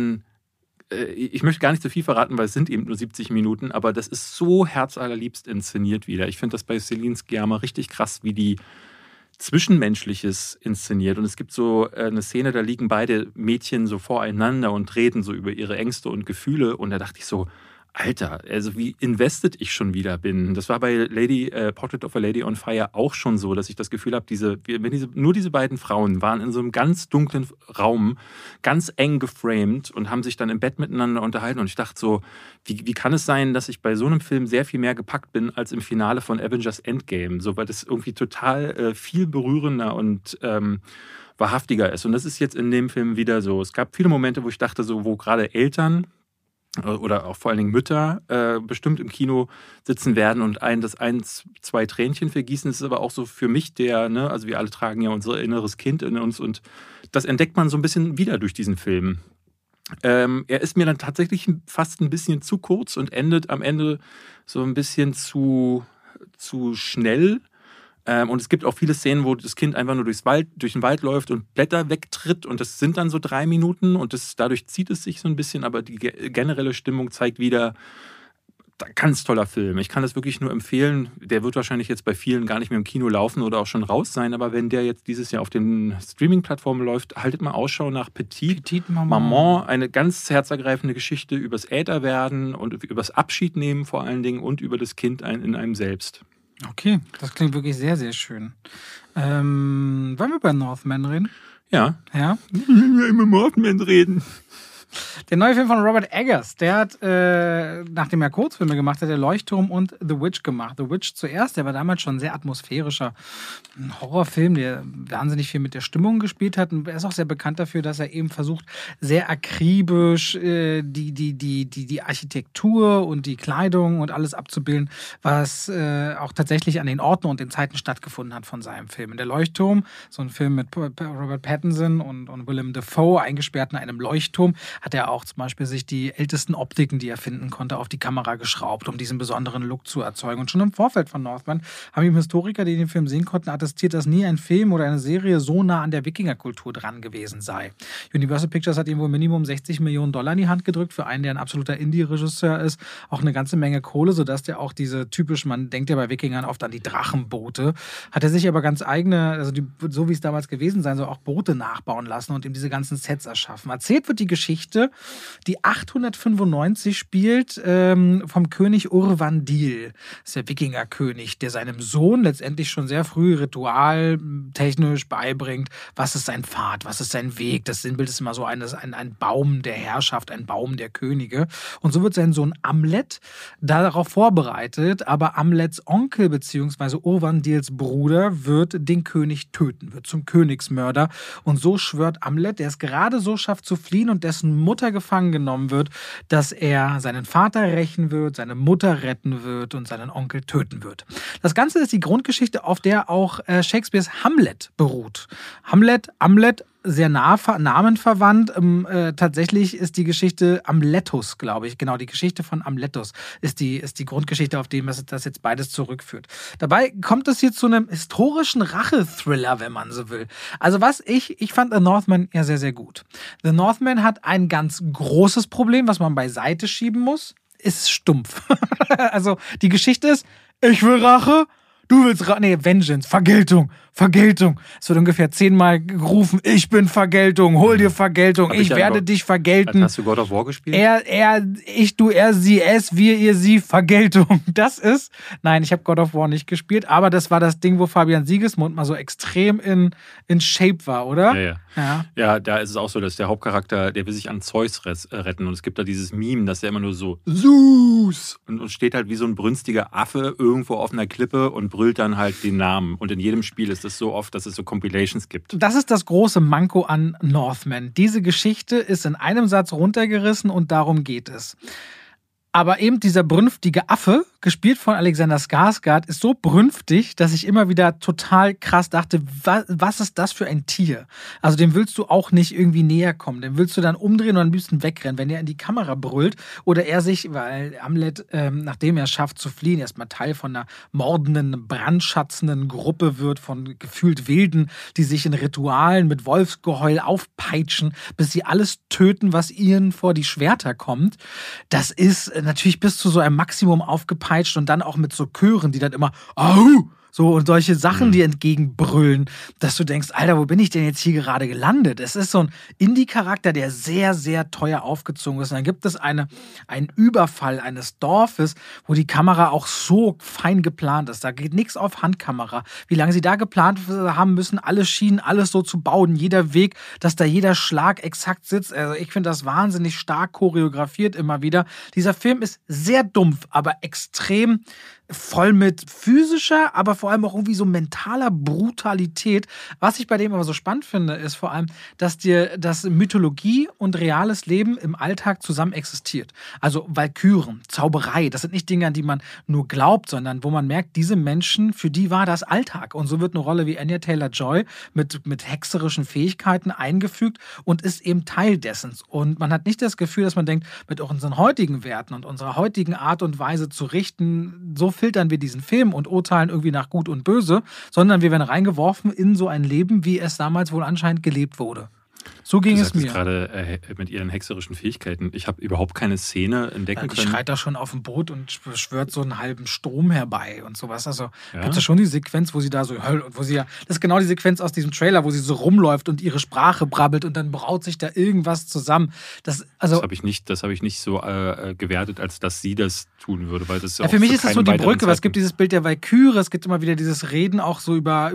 ich möchte gar nicht zu viel verraten, weil es sind eben nur 70 Minuten, aber das ist so herzallerliebst inszeniert wieder. Ich finde das bei Céline Sciamma richtig krass, wie die Zwischenmenschliches inszeniert. Und es gibt so eine Szene, da liegen beide Mädchen so voreinander und reden so über ihre Ängste und Gefühle. Und da dachte ich so, Alter, also wie invested ich schon wieder bin. Das war bei Portrait of a Lady on Fire auch schon so, dass ich das Gefühl habe, nur diese beiden Frauen waren in so einem ganz dunklen Raum, ganz eng geframed und haben sich dann im Bett miteinander unterhalten. Und ich dachte so, wie kann es sein, dass ich bei so einem Film sehr viel mehr gepackt bin als im Finale von Avengers Endgame? So, weil das irgendwie total viel berührender und wahrhaftiger ist. Und das ist jetzt in dem Film wieder so. Es gab viele Momente, wo ich dachte, so, wo gerade Eltern oder auch vor allen Dingen Mütter bestimmt im Kino sitzen werden und das 2 Tränchen vergießen. Das ist aber auch so für mich also wir alle tragen ja unser inneres Kind in uns und das entdeckt man so ein bisschen wieder durch diesen Film. Er ist mir dann tatsächlich fast ein bisschen zu kurz und endet am Ende so ein bisschen zu schnell. Und es gibt auch viele Szenen, wo das Kind einfach nur durch den Wald läuft und Blätter wegtritt und das sind dann so 3 Minuten und dadurch zieht es sich so ein bisschen, aber die generelle Stimmung zeigt wieder, ganz toller Film. Ich kann das wirklich nur empfehlen. Der wird wahrscheinlich jetzt bei vielen gar nicht mehr im Kino laufen oder auch schon raus sein, aber wenn der jetzt dieses Jahr auf den Streaming-Plattformen läuft, haltet mal Ausschau nach Petite Maman. Eine ganz herzergreifende Geschichte übers Älterwerden und übers Abschiednehmen vor allen Dingen und über das Kind in einem selbst. Okay, das klingt wirklich sehr, sehr schön. Wollen wir über Northman reden? Ja. Ja? Ich will über Northman reden. Der neue Film von Robert Eggers, der hat, nachdem er Kurzfilme gemacht hat, der Leuchtturm und The Witch gemacht. The Witch zuerst, der war damals schon ein sehr atmosphärischer Horrorfilm, der wahnsinnig viel mit der Stimmung gespielt hat. Und er ist auch sehr bekannt dafür, dass er eben versucht, sehr akribisch die Architektur und die Kleidung und alles abzubilden, was auch tatsächlich an den Orten und den Zeiten stattgefunden hat von seinem Film. Der Leuchtturm, so ein Film mit Robert Pattinson und Willem Dafoe, eingesperrt in einem Leuchtturm, hat er auch zum Beispiel sich die ältesten Optiken, die er finden konnte, auf die Kamera geschraubt, um diesen besonderen Look zu erzeugen. Und schon im Vorfeld von Northman haben ihm Historiker, die den Film sehen konnten, attestiert, dass nie ein Film oder eine Serie so nah an der Wikingerkultur dran gewesen sei. Universal Pictures hat ihm wohl Minimum $60 Millionen in die Hand gedrückt, für einen, der ein absoluter Indie-Regisseur ist, auch eine ganze Menge Kohle, sodass der auch diese typisch, man denkt ja bei Wikingern oft an die Drachenboote, hat er sich aber ganz eigene, also so wie es damals gewesen sein soll, auch Boote nachbauen lassen und ihm diese ganzen Sets erschaffen. Erzählt wird die Geschichte Geschichte, die 895 spielt, vom König Urvandil. Das ist der Wikingerkönig, der seinem Sohn letztendlich schon sehr früh ritualtechnisch beibringt, was ist sein Pfad, was ist sein Weg. Das Sinnbild ist immer so ein Baum der Herrschaft, ein Baum der Könige. Und so wird sein Sohn Amlet darauf vorbereitet, aber Amlets Onkel bzw. Urvandils Bruder wird den König töten, wird zum Königsmörder. Und so schwört Amlet, der es gerade so schafft zu fliehen und dessen Mutter gefangen genommen wird, dass er seinen Vater rächen wird, seine Mutter retten wird und seinen Onkel töten wird. Das Ganze ist die Grundgeschichte, auf der auch Shakespeares Hamlet beruht. Amlet, sehr namenverwandt. Tatsächlich ist die Geschichte Amletus, glaube ich. Genau, die Geschichte von Amletus ist die Grundgeschichte, auf die das jetzt beides zurückführt. Dabei kommt es hier zu einem historischen Rachethriller, wenn man so will. Also ich fand The Northman ja sehr, sehr gut. The Northman hat ein ganz großes Problem, was man beiseite schieben muss. Ist stumpf. Also die Geschichte ist, ich will Rache, du willst Rache. Nee, Vengeance, Vergeltung. Es wird ungefähr 10-mal gerufen, ich bin Vergeltung, hol dir Vergeltung, ich werde dich vergelten. Hast du God of War gespielt? Ich, du, er, sie, es, wir, ihr, sie, Vergeltung. Nein, ich habe God of War nicht gespielt, aber das war das Ding, wo Fabian Siegesmund mal so extrem in Shape war, oder? Ja, da ist es auch so, dass der Hauptcharakter, der will sich an Zeus retten und es gibt da dieses Meme, dass er immer nur so Zeus und steht halt wie so ein brünstiger Affe irgendwo auf einer Klippe und brüllt dann halt den Namen. Und in jedem Spiel ist das so oft, dass es so Compilations gibt. Das ist das große Manko an Northman. Diese Geschichte ist in einem Satz runtergerissen und darum geht es. Aber eben dieser brünftige Affe, gespielt von Alexander Skarsgård, ist so brünftig, dass ich immer wieder total krass dachte, was ist das für ein Tier? Also dem willst du auch nicht irgendwie näher kommen. Dem willst du dann umdrehen und am liebsten wegrennen, wenn er in die Kamera brüllt oder er sich, weil Amlet, nachdem er es schafft zu fliehen, erstmal Teil von einer mordenden, brandschatzenden Gruppe wird, von gefühlt Wilden, die sich in Ritualen mit Wolfsgeheul aufpeitschen, bis sie alles töten, was ihnen vor die Schwerter kommt. Das ist natürlich bis zu so einem Maximum aufgepeitscht und dann auch mit so Chören, die dann immer Au! So und solche Sachen, die entgegenbrüllen, dass du denkst, Alter, wo bin ich denn jetzt hier gerade gelandet? Es ist so ein Indie-Charakter, der sehr, sehr teuer aufgezogen ist. Und dann gibt es einen Überfall eines Dorfes, wo die Kamera auch so fein geplant ist. Da geht nichts auf Handkamera. Wie lange sie da geplant haben müssen, alle Schienen, alles so zu bauen, jeder Weg, dass da jeder Schlag exakt sitzt. Also ich finde das wahnsinnig stark choreografiert immer wieder. Dieser Film ist sehr dumpf, aber extrem voll mit physischer, aber vor allem auch irgendwie so mentaler Brutalität. Was ich bei dem aber so spannend finde, ist vor allem, dass Mythologie und reales Leben im Alltag zusammen existiert. Also Walküren, Zauberei, das sind nicht Dinge, an die man nur glaubt, sondern wo man merkt, diese Menschen, für die war das Alltag. Und so wird eine Rolle wie Anya Taylor-Joy mit hexerischen Fähigkeiten eingefügt und ist eben Teil dessen. Und man hat nicht das Gefühl, dass man denkt, mit unseren heutigen Werten und unserer heutigen Art und Weise zu richten, so filtern wir diesen Film und urteilen irgendwie nach Gut und Böse, sondern wir werden reingeworfen in so ein Leben, wie es damals wohl anscheinend gelebt wurde. So ging es mir. Gerade mit ihren hexerischen Fähigkeiten. Ich habe überhaupt keine Szene entdecken können. Die schreit da schon auf dem Boot und schwört so einen halben Strom herbei und sowas. Also gibt es schon die Sequenz, wo sie da so und wo sie das ist genau die Sequenz aus diesem Trailer, wo sie so rumläuft und ihre Sprache brabbelt und dann braut sich da irgendwas zusammen. Das habe ich nicht so gewertet, als dass sie das tun würde, weil das für mich ist das so die Brücke, weil es gibt dieses Bild der Walküre, es gibt immer wieder dieses Reden auch so über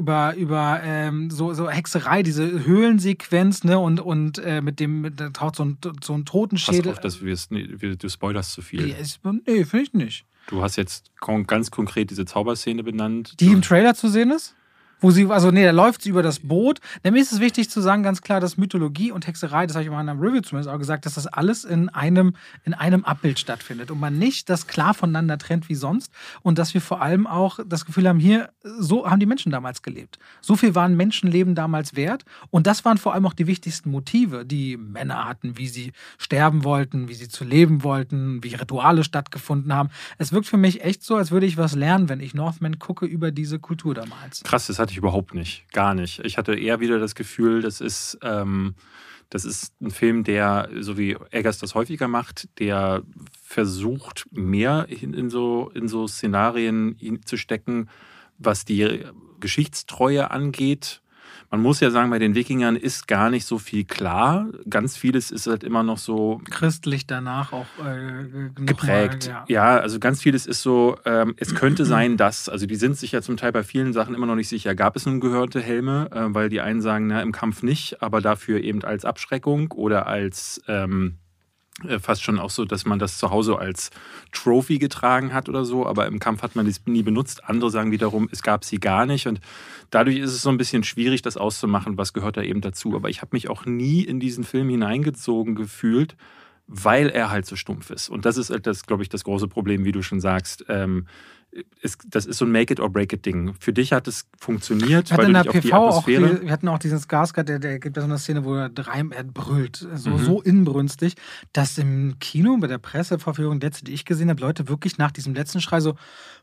so Hexerei, diese Höhlensequenz, ne, und da taucht so ein Totenschädel. Pass auf, du spoilerst zu viel. Nee, finde ich nicht. Du hast jetzt ganz konkret diese Zauberszene benannt. Die im Trailer zu sehen ist? Da läuft sie über das Boot. Mir ist es wichtig zu sagen, ganz klar, dass Mythologie und Hexerei, das habe ich in einem Review zumindest auch gesagt, dass das alles in einem Abbild stattfindet und man nicht das klar voneinander trennt wie sonst und dass wir vor allem auch das Gefühl haben, hier, so haben die Menschen damals gelebt. So viel waren Menschenleben damals wert und das waren vor allem auch die wichtigsten Motive, die Männer hatten, wie sie sterben wollten, wie sie zu leben wollten, wie Rituale stattgefunden haben. Es wirkt für mich echt so, als würde ich was lernen, wenn ich Northman gucke über diese Kultur damals. Krass, das hatte ich überhaupt nicht. Gar nicht. Ich hatte eher wieder das Gefühl, das ist ein Film, der, so wie Eggers das häufiger macht, der versucht, mehr in so Szenarien zu stecken, was die Geschichtstreue angeht. Man muss ja sagen, bei den Wikingern ist gar nicht so viel klar. Ganz vieles ist halt immer noch so christlich danach auch geprägt. Ja, also ganz vieles ist so, es könnte sein, dass, also die sind sich ja zum Teil bei vielen Sachen immer noch nicht sicher. Gab es nun gehörte Helme? Weil die einen sagen, na, im Kampf nicht, aber dafür eben als Abschreckung oder als fast schon auch so, dass man das zu Hause als Trophy getragen hat oder so, aber im Kampf hat man das nie benutzt. Andere sagen wiederum, es gab sie gar nicht und dadurch ist es so ein bisschen schwierig, das auszumachen, was gehört da eben dazu. Aber ich habe mich auch nie in diesen Film hineingezogen gefühlt, weil er halt so stumpf ist. Und das ist halt das, glaube ich, das große Problem, wie du schon sagst. Das ist so ein Make-it-or-break-it-Ding. Für dich hat es funktioniert, weil du dich auf die Atmosphäre... Wir hatten auch diesen Skarsgård, der gibt ja so eine Szene, wo er brüllt, so inbrünstig, dass im Kino bei der Pressevorführung, die ich gesehen habe, Leute wirklich nach diesem letzten Schrei so...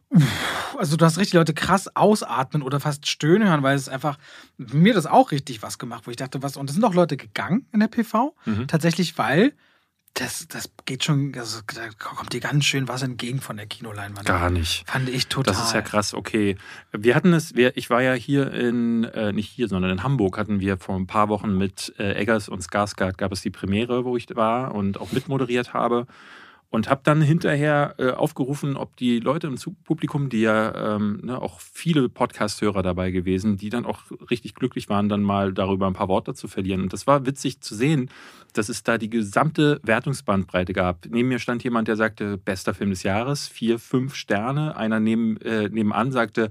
Also du hast richtig Leute krass ausatmen oder fast stöhnen hören, weil es einfach... Mir das auch richtig was gemacht, wo ich dachte, was... Und es sind auch Leute gegangen in der PV, tatsächlich, weil... Das geht schon, also, da kommt dir ganz schön was entgegen von der Kinoleinwand. Gar nicht. Fand ich total. Das ist ja krass, okay. Wir hatten es, ich war ja hier nicht hier, sondern in Hamburg hatten wir vor ein paar Wochen mit Eggers und Skarsgård gab es die Premiere, wo ich war und auch mitmoderiert habe. Und habe dann hinterher aufgerufen, ob die Leute im Publikum, die ja auch viele Podcast-Hörer dabei gewesen, die dann auch richtig glücklich waren, dann mal darüber ein paar Worte zu verlieren. Und das war witzig zu sehen, dass es da die gesamte Wertungsbandbreite gab. Neben mir stand jemand, der sagte, bester Film des Jahres, 4, 5 Sterne. Einer nebenan sagte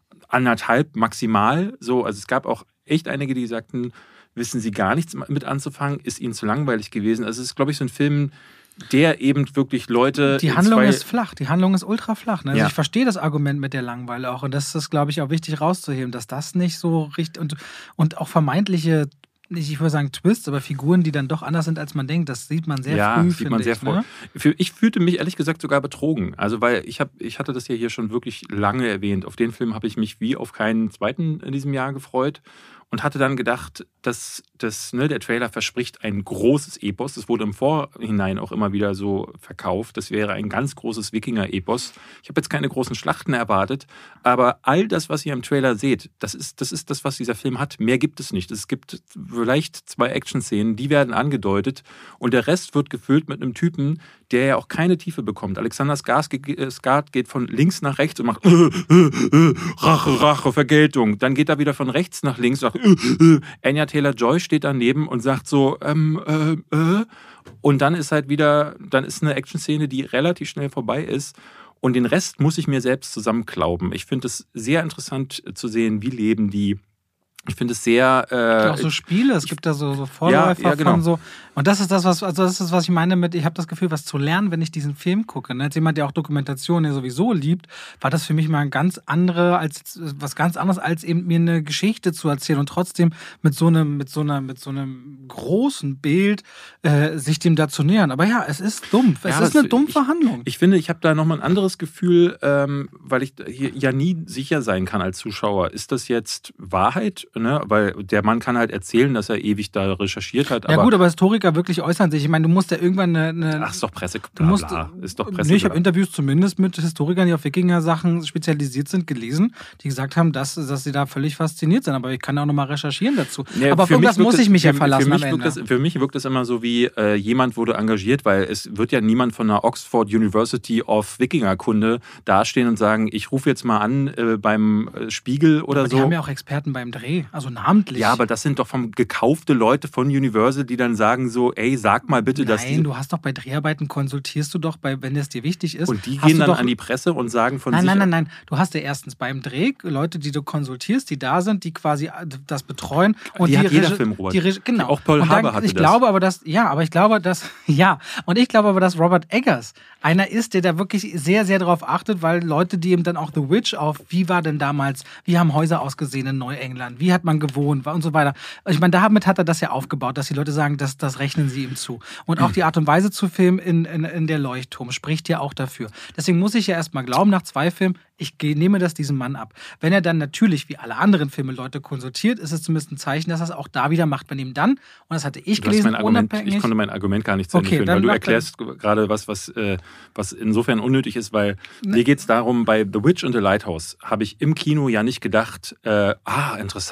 1,5 maximal. So, also es gab auch echt einige, die sagten, wissen sie gar nichts mit anzufangen, ist ihnen zu langweilig gewesen. Also es ist, glaube ich, so ein Film, der eben wirklich Leute... Die Handlung ist flach, die Handlung ist ultra flach. Ne? Also ich verstehe das Argument mit der Langeweile auch und das ist, glaube ich, auch wichtig rauszuheben, dass das nicht so richtig... Und auch vermeintliche, ich würde sagen Twists, aber Figuren, die dann doch anders sind, als man denkt, das sieht man sehr früh, sieht man sehr früh. Ne? Ich fühlte mich ehrlich gesagt sogar betrogen. Also weil ich hatte das ja hier schon wirklich lange erwähnt. Auf den Film habe ich mich wie auf keinen zweiten in diesem Jahr gefreut. Und hatte dann gedacht, dass der Trailer verspricht ein großes Epos. Es wurde im Vorhinein auch immer wieder so verkauft. Das wäre ein ganz großes Wikinger-Epos. Ich habe jetzt keine großen Schlachten erwartet, aber all das, was ihr im Trailer seht, das ist das, was dieser Film hat. Mehr gibt es nicht. Es gibt vielleicht 2 Action-Szenen, die werden angedeutet und der Rest wird gefüllt mit einem Typen, der ja auch keine Tiefe bekommt. Alexander Skarsgård geht von links nach rechts und macht Rache, Rache, Vergeltung. Dann geht er wieder von rechts nach links und sagt Anya Taylor-Joy steht daneben und sagt so und dann ist halt wieder, dann ist eine Action-Szene, die relativ schnell vorbei ist und den Rest muss ich mir selbst zusammenklauben. Ich finde es sehr interessant zu sehen, wie leben die. Ich finde es sehr... auch so Spiele, es gibt da so Vorläufer genau. von so... Und das ist das, was ich meine mit, ich habe das Gefühl, was zu lernen, wenn ich diesen Film gucke. Ne? Als jemand, der auch Dokumentation ja sowieso liebt, war das für mich mal was ganz anderes, als eben mir eine Geschichte zu erzählen und trotzdem mit so einem großen Bild sich dem da zu nähern. Aber ja, es ist dumpf. Es ist eine dumpfe Handlung. Ich finde, ich habe da nochmal ein anderes Gefühl, weil ich hier ja nie sicher sein kann als Zuschauer. Ist das jetzt Wahrheit? Ne? Weil der Mann kann halt erzählen, dass er ewig da recherchiert hat. Ja gut, aber Historiker wirklich äußern sich. Ich meine, du musst ja irgendwann eine... Ach, ist doch Presse. Ist doch Presse. Nee, ich habe Interviews zumindest mit Historikern, die auf Wikinger-Sachen spezialisiert sind, gelesen, die gesagt haben, dass sie da völlig fasziniert sind. Aber ich kann auch nochmal recherchieren dazu. Ja, aber auf irgendwas muss ich mich ja verlassen am Ende. Für mich wirkt es immer so wie, jemand wurde engagiert, weil es wird ja niemand von der Oxford University of Wikingerkunde dastehen und sagen, ich rufe jetzt mal an beim Spiegel oder aber so. Die haben ja auch Experten beim Dreh, also namentlich. Ja, aber das sind doch gekaufte Leute von Universal, die dann sagen so, ey, sag mal bitte, dass Nein, du hast doch bei Dreharbeiten, konsultierst du doch, wenn es dir wichtig ist. Und die gehen dann an die Presse und sagen von sich... Nein. Du hast ja erstens beim Dreh Leute, die du konsultierst, die da sind, die quasi das betreuen. Und die hat jeder Film, Robert. Genau. Auch Paul Haber hatte ich glaube aber, dass Robert Eggers einer ist, der da wirklich sehr, sehr darauf achtet, weil Leute, die eben dann auch The Witch wie war denn damals, wie haben Häuser ausgesehen in Neuengland, wie hat man gewohnt und so weiter. Ich meine, damit hat er das ja aufgebaut, dass die Leute sagen, das rechnen sie ihm zu. Und auch die Art und Weise zu filmen in der Leuchtturm spricht ja auch dafür. Deswegen muss ich ja erstmal glauben, nach 2 Filmen, ich nehme das diesem Mann ab. Wenn er dann natürlich, wie alle anderen Filme, Leute konsultiert, ist es zumindest ein Zeichen, dass er es auch da wieder macht. Wenn ihm dann, und das hatte ich gelesen, unabhängig... Ich konnte mein Argument gar nicht zu Ende führen, weil du erklärst gerade was insofern unnötig ist, weil mir geht es darum, bei The Witch und The Lighthouse habe ich im Kino ja nicht gedacht, interessant,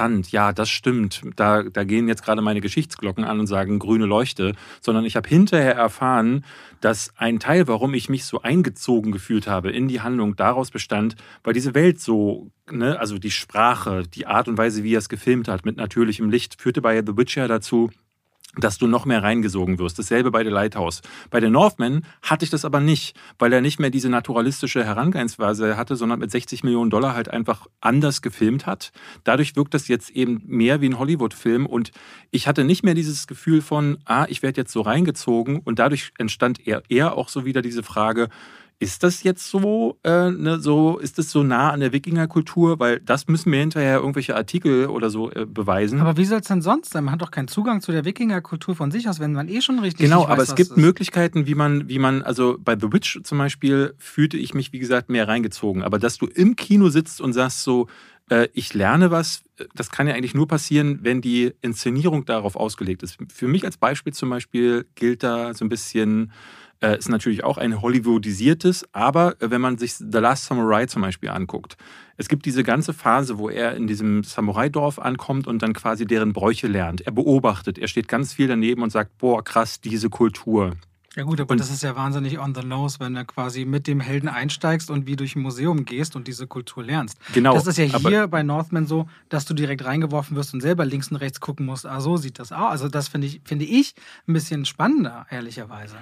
interessant, ja, das stimmt, da gehen jetzt gerade meine Geschichtsglocken an und sagen grüne Leuchte, sondern ich habe hinterher erfahren, dass ein Teil, warum ich mich so eingezogen gefühlt habe in die Handlung, daraus bestand, weil diese Welt so, ne, also die Sprache, die Art und Weise, wie er es gefilmt hat, mit natürlichem Licht, führte bei The Witcher dazu, dass du noch mehr reingesogen wirst. Dasselbe bei The Lighthouse. Bei The Northman hatte ich das aber nicht, weil er nicht mehr diese naturalistische Herangehensweise hatte, sondern mit 60 Millionen Dollar halt einfach anders gefilmt hat. Dadurch wirkt das jetzt eben mehr wie ein Hollywood-Film und ich hatte nicht mehr dieses Gefühl von, ich werde jetzt so reingezogen und dadurch entstand eher auch so wieder diese Frage, ist das jetzt so, ist das so nah an der Wikingerkultur? Weil das müssen mir hinterher irgendwelche Artikel oder so beweisen. Aber wie soll es denn sonst sein? Man hat doch keinen Zugang zu der Wikingerkultur von sich aus, wenn man schon richtig genau, nicht weiß, aber es gibt Möglichkeiten, wie man, also bei The Witch zum Beispiel fühlte ich mich, wie gesagt, mehr reingezogen. Aber dass du im Kino sitzt und sagst so, ich lerne was, das kann ja eigentlich nur passieren, wenn die Inszenierung darauf ausgelegt ist. Für mich als Beispiel zum Beispiel gilt da so ein bisschen, ist natürlich auch ein Hollywoodisiertes, aber wenn man sich The Last Samurai zum Beispiel anguckt, es gibt diese ganze Phase, wo er in diesem Samurai-Dorf ankommt und dann quasi deren Bräuche lernt. Er beobachtet, er steht ganz viel daneben und sagt, boah, krass, diese Kultur. Ja gut, aber das ist ja wahnsinnig on the nose, wenn du quasi mit dem Helden einsteigst und wie durch ein Museum gehst und diese Kultur lernst. Genau. Das ist ja hier bei Northman so, dass du direkt reingeworfen wirst und selber links und rechts gucken musst. So sieht das aus. Also das finde ich ein bisschen spannender, ehrlicherweise.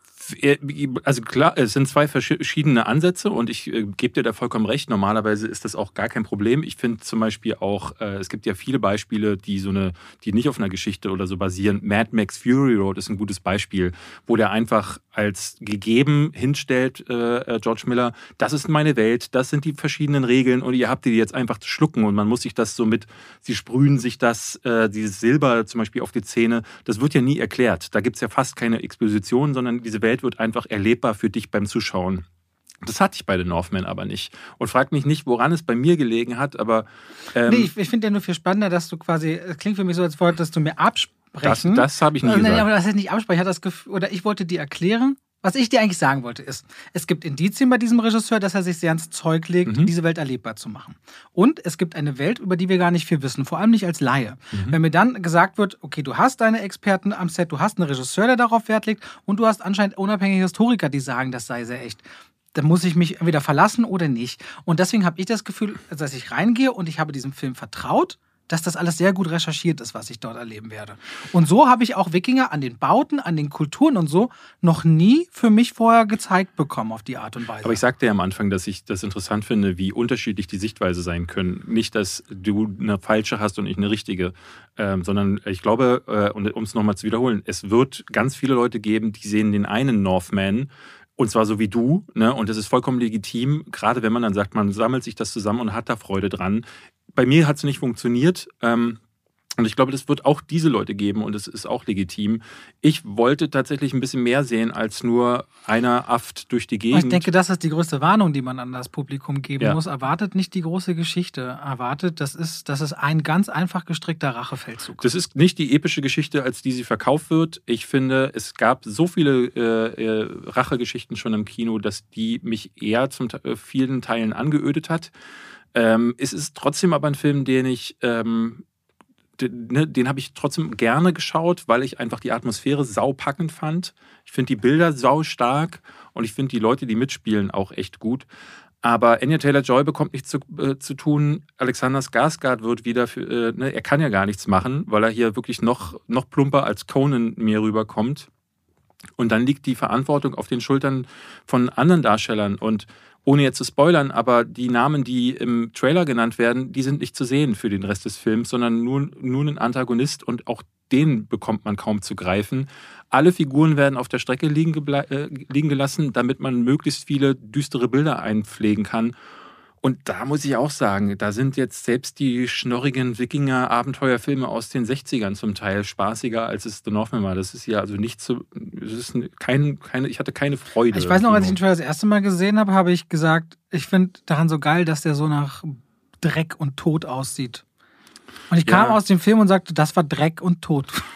Also klar, es sind zwei verschiedene Ansätze und ich gebe dir da vollkommen recht. Normalerweise ist das auch gar kein Problem. Ich finde zum Beispiel auch, es gibt ja viele Beispiele, die nicht auf einer Geschichte oder so basieren. Mad Max Fury Road ist ein gutes Beispiel, wo der einfach als gegeben hinstellt, George Miller, das ist meine Welt, das sind die verschiedenen Regeln und ihr habt die jetzt einfach zu schlucken und man muss sich das so sie sprühen sich dieses Silber zum Beispiel auf die Zähne, das wird ja nie erklärt. Da gibt es ja fast keine Exposition, sondern diese Welt wird einfach erlebbar für dich beim Zuschauen. Das hatte ich bei The Northman aber nicht. Und frag mich nicht, woran es bei mir gelegen hat, aber... nee, ich finde ja nur viel spannender, dass du quasi, es klingt für mich so, als wolltest du mir absprechen. Das habe ich nie gesagt. Nein, aber das heißt nicht absprechen. Ich hatte das Gefühl, oder ich wollte dir erklären, was ich dir eigentlich sagen wollte, ist, es gibt Indizien bei diesem Regisseur, dass er sich sehr ans Zeug legt, diese Welt erlebbar zu machen. Und es gibt eine Welt, über die wir gar nicht viel wissen, vor allem nicht als Laie. Wenn mir dann gesagt wird, okay, du hast deine Experten am Set, du hast einen Regisseur, der darauf Wert legt und du hast anscheinend unabhängige Historiker, die sagen, das sei sehr echt. Dann muss ich mich entweder verlassen oder nicht. Und deswegen habe ich das Gefühl, dass ich reingehe und ich habe diesem Film vertraut, dass das alles sehr gut recherchiert ist, was ich dort erleben werde. Und so habe ich auch Wikinger an den Bauten, an den Kulturen und so noch nie für mich vorher gezeigt bekommen auf die Art und Weise. Aber ich sagte ja am Anfang, dass ich das interessant finde, wie unterschiedlich die Sichtweise sein können. Nicht, dass du eine falsche hast und ich eine richtige, sondern ich glaube, und um es nochmal zu wiederholen, es wird ganz viele Leute geben, die sehen den einen Northman, und zwar so wie du, ne? Und das ist vollkommen legitim, gerade wenn man dann sagt, man sammelt sich das zusammen und hat da Freude dran. Bei mir hat es nicht funktioniert. Und ich glaube, das wird auch diese Leute geben und es ist auch legitim. Ich wollte tatsächlich ein bisschen mehr sehen als nur einer afft durch die Gegend. Ich denke, das ist die größte Warnung, die man an das Publikum geben muss. Erwartet nicht die große Geschichte. Erwartet, das ist ein ganz einfach gestrickter Rachefeldzug. Das ist nicht die epische Geschichte, als die sie verkauft wird. Ich finde, es gab so viele Rachegeschichten schon im Kino, dass die mich eher zu vielen Teilen angeödet hat. Es ist trotzdem aber ein Film, den habe ich trotzdem gerne geschaut, weil ich einfach die Atmosphäre saupackend fand. Ich finde die Bilder sau stark und ich finde die Leute, die mitspielen, auch echt gut. Aber Anya Taylor-Joy bekommt nichts zu tun. Alexander Skarsgård wird wieder, er kann ja gar nichts machen, weil er hier wirklich noch plumper als Conan mir rüberkommt. Und dann liegt die Verantwortung auf den Schultern von anderen Darstellern und ohne jetzt zu spoilern, aber die Namen, die im Trailer genannt werden, die sind nicht zu sehen für den Rest des Films, sondern nur ein Antagonist und auch den bekommt man kaum zu greifen. Alle Figuren werden auf der Strecke liegen gelassen, damit man möglichst viele düstere Bilder einpflegen kann. Und da muss ich auch sagen, da sind jetzt selbst die schnorrigen Wikinger-Abenteuerfilme aus den 60ern zum Teil spaßiger, als es The Northman war. Das ist ja also nicht so, ich hatte keine Freude. Ich weiß noch, als ich den Trailer das erste Mal gesehen habe, habe ich gesagt, ich finde daran so geil, dass der so nach Dreck und Tod aussieht. Und ich kam aus dem Film und sagte, das war Dreck und Tod.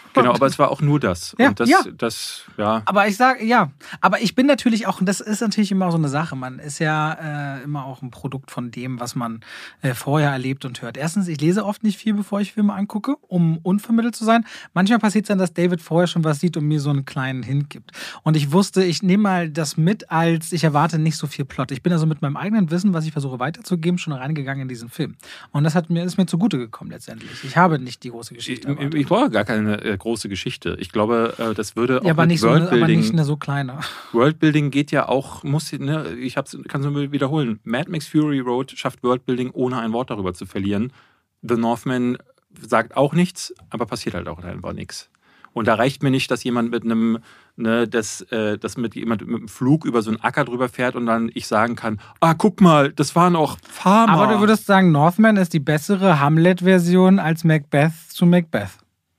Genau, aber es war auch nur das. Ja, und ja. das, ja. Aber ich sage, ja, aber ich bin natürlich auch, und das ist natürlich immer so eine Sache, man ist ja immer auch ein Produkt von dem, was man vorher erlebt und hört. Erstens, ich lese oft nicht viel, bevor ich Filme angucke, um unvermittelt zu sein. Manchmal passiert es dann, dass David vorher schon was sieht und mir so einen kleinen Hint gibt. Und ich wusste, ich nehme mal das mit, als ich erwarte nicht so viel Plot. Ich bin also mit meinem eigenen Wissen, was ich versuche weiterzugeben, schon reingegangen in diesen Film. Und das ist mir zugute gekommen letztendlich. Ich habe nicht die große Geschichte erwartet. Ich brauche gar keine große Geschichte. Ich glaube, das würde auch Ja, aber mit nicht, so Worldbuilding... aber nicht eine so kleine. Worldbuilding geht ja auch, kann es nur wiederholen. Mad Max Fury Road schafft Worldbuilding, ohne ein Wort darüber zu verlieren. The Northman sagt auch nichts, aber passiert halt auch einfach nichts. Und da reicht mir nicht, dass jemand mit einem, dass mit jemand mit einem Flug über so einen Acker drüber fährt und dann ich sagen kann, guck mal, das waren auch Farmer. Aber du würdest sagen, Northman ist die bessere Hamlet-Version als Macbeth zu Macbeth.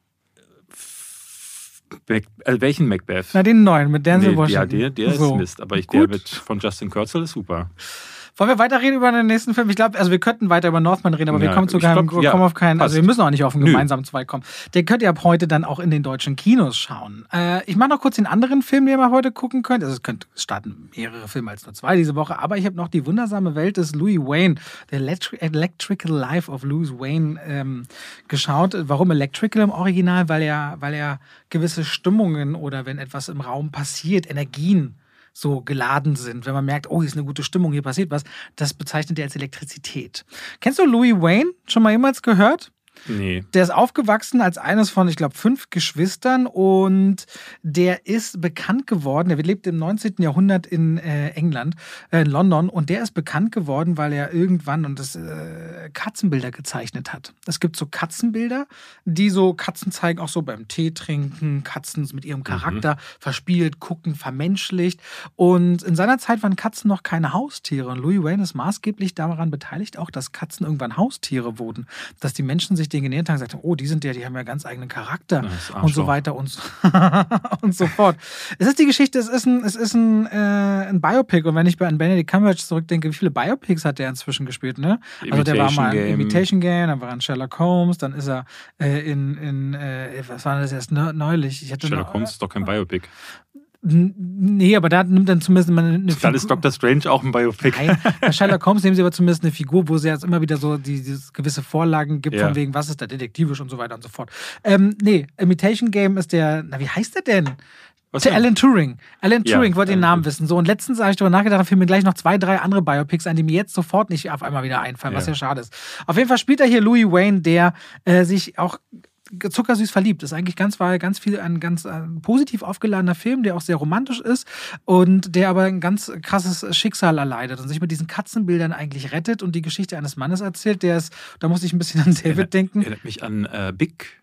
Welchen Macbeth? Na, den neuen mit Denzel Washington. Ja, der so. ist Mist, aber der von Justin Kurzel ist super. Wollen wir weiterreden über den nächsten Film? Ich glaube, also wir könnten weiter über Northman reden, aber wir kommen auf keinen, also wir müssen auch nicht auf einen gemeinsamen Zweig kommen. Den könnt ihr ab heute dann auch in den deutschen Kinos schauen. Ich mache noch kurz den anderen Film, den ihr mal heute gucken könnt. Also es starten mehrere Filme als nur 2 diese Woche, aber ich habe noch die wundersame Welt des Louis Wayne, der Electrical Life of Louis Wayne geschaut. Warum Electrical im Original? Weil er gewisse Stimmungen oder wenn etwas im Raum passiert, Energien so geladen sind, wenn man merkt, oh, hier ist eine gute Stimmung, hier passiert was, das bezeichnet er als Elektrizität. Kennst du Louis Wayne? Schon mal jemals gehört? Nee. Der ist aufgewachsen als eines von, ich glaube, 5 Geschwistern und der ist bekannt geworden, der lebt im 19. Jahrhundert in England, in London und der ist bekannt geworden, weil er irgendwann Katzenbilder gezeichnet hat. Es gibt so Katzenbilder, die so Katzen zeigen, auch so beim Tee trinken, Katzen mit ihrem Charakter verspielt, gucken, vermenschlicht und in seiner Zeit waren Katzen noch keine Haustiere und Louis Wayne ist maßgeblich daran beteiligt, auch dass Katzen irgendwann Haustiere wurden, dass die Menschen sich den genähert haben, gesagt haben, oh, die haben ja ganz eigenen Charakter und so weiter und so fort. Es ist die Geschichte, es ist ein Biopic und wenn ich an Benedict Cumberbatch zurückdenke, wie viele Biopics hat der inzwischen gespielt, ne? Also der war mal in Imitation Game, dann war er in Sherlock Holmes, dann ist er was war das erst neulich? Sherlock Holmes ist doch kein Biopic. Nee, aber da nimmt dann zumindest mal eine Figur. Dann ist Dr. Strange auch ein Biopic. Nein, bei Sherlock Holmes nehmen sie aber zumindest eine Figur, wo sie jetzt immer wieder so diese gewisse Vorlagen gibt, von wegen, was ist da detektivisch und so weiter und so fort. Imitation Game ist wie heißt der denn? Alan Turing. Alan Turing, wollte den Namen wissen. So, und letztens habe ich darüber nachgedacht, da fielen mir gleich noch 2, 3 andere Biopics ein, die mir jetzt sofort nicht auf einmal wieder einfallen, was ja schade ist. Auf jeden Fall spielt er hier Louis Wayne, der sich auch zuckersüß verliebt. Das ist eigentlich ganz positiv aufgeladener Film, der auch sehr romantisch ist und der aber ein ganz krasses Schicksal erleidet und sich mit diesen Katzenbildern eigentlich rettet und die Geschichte eines Mannes erzählt, da muss ich ein bisschen an David denken. Erinnert mich an Big.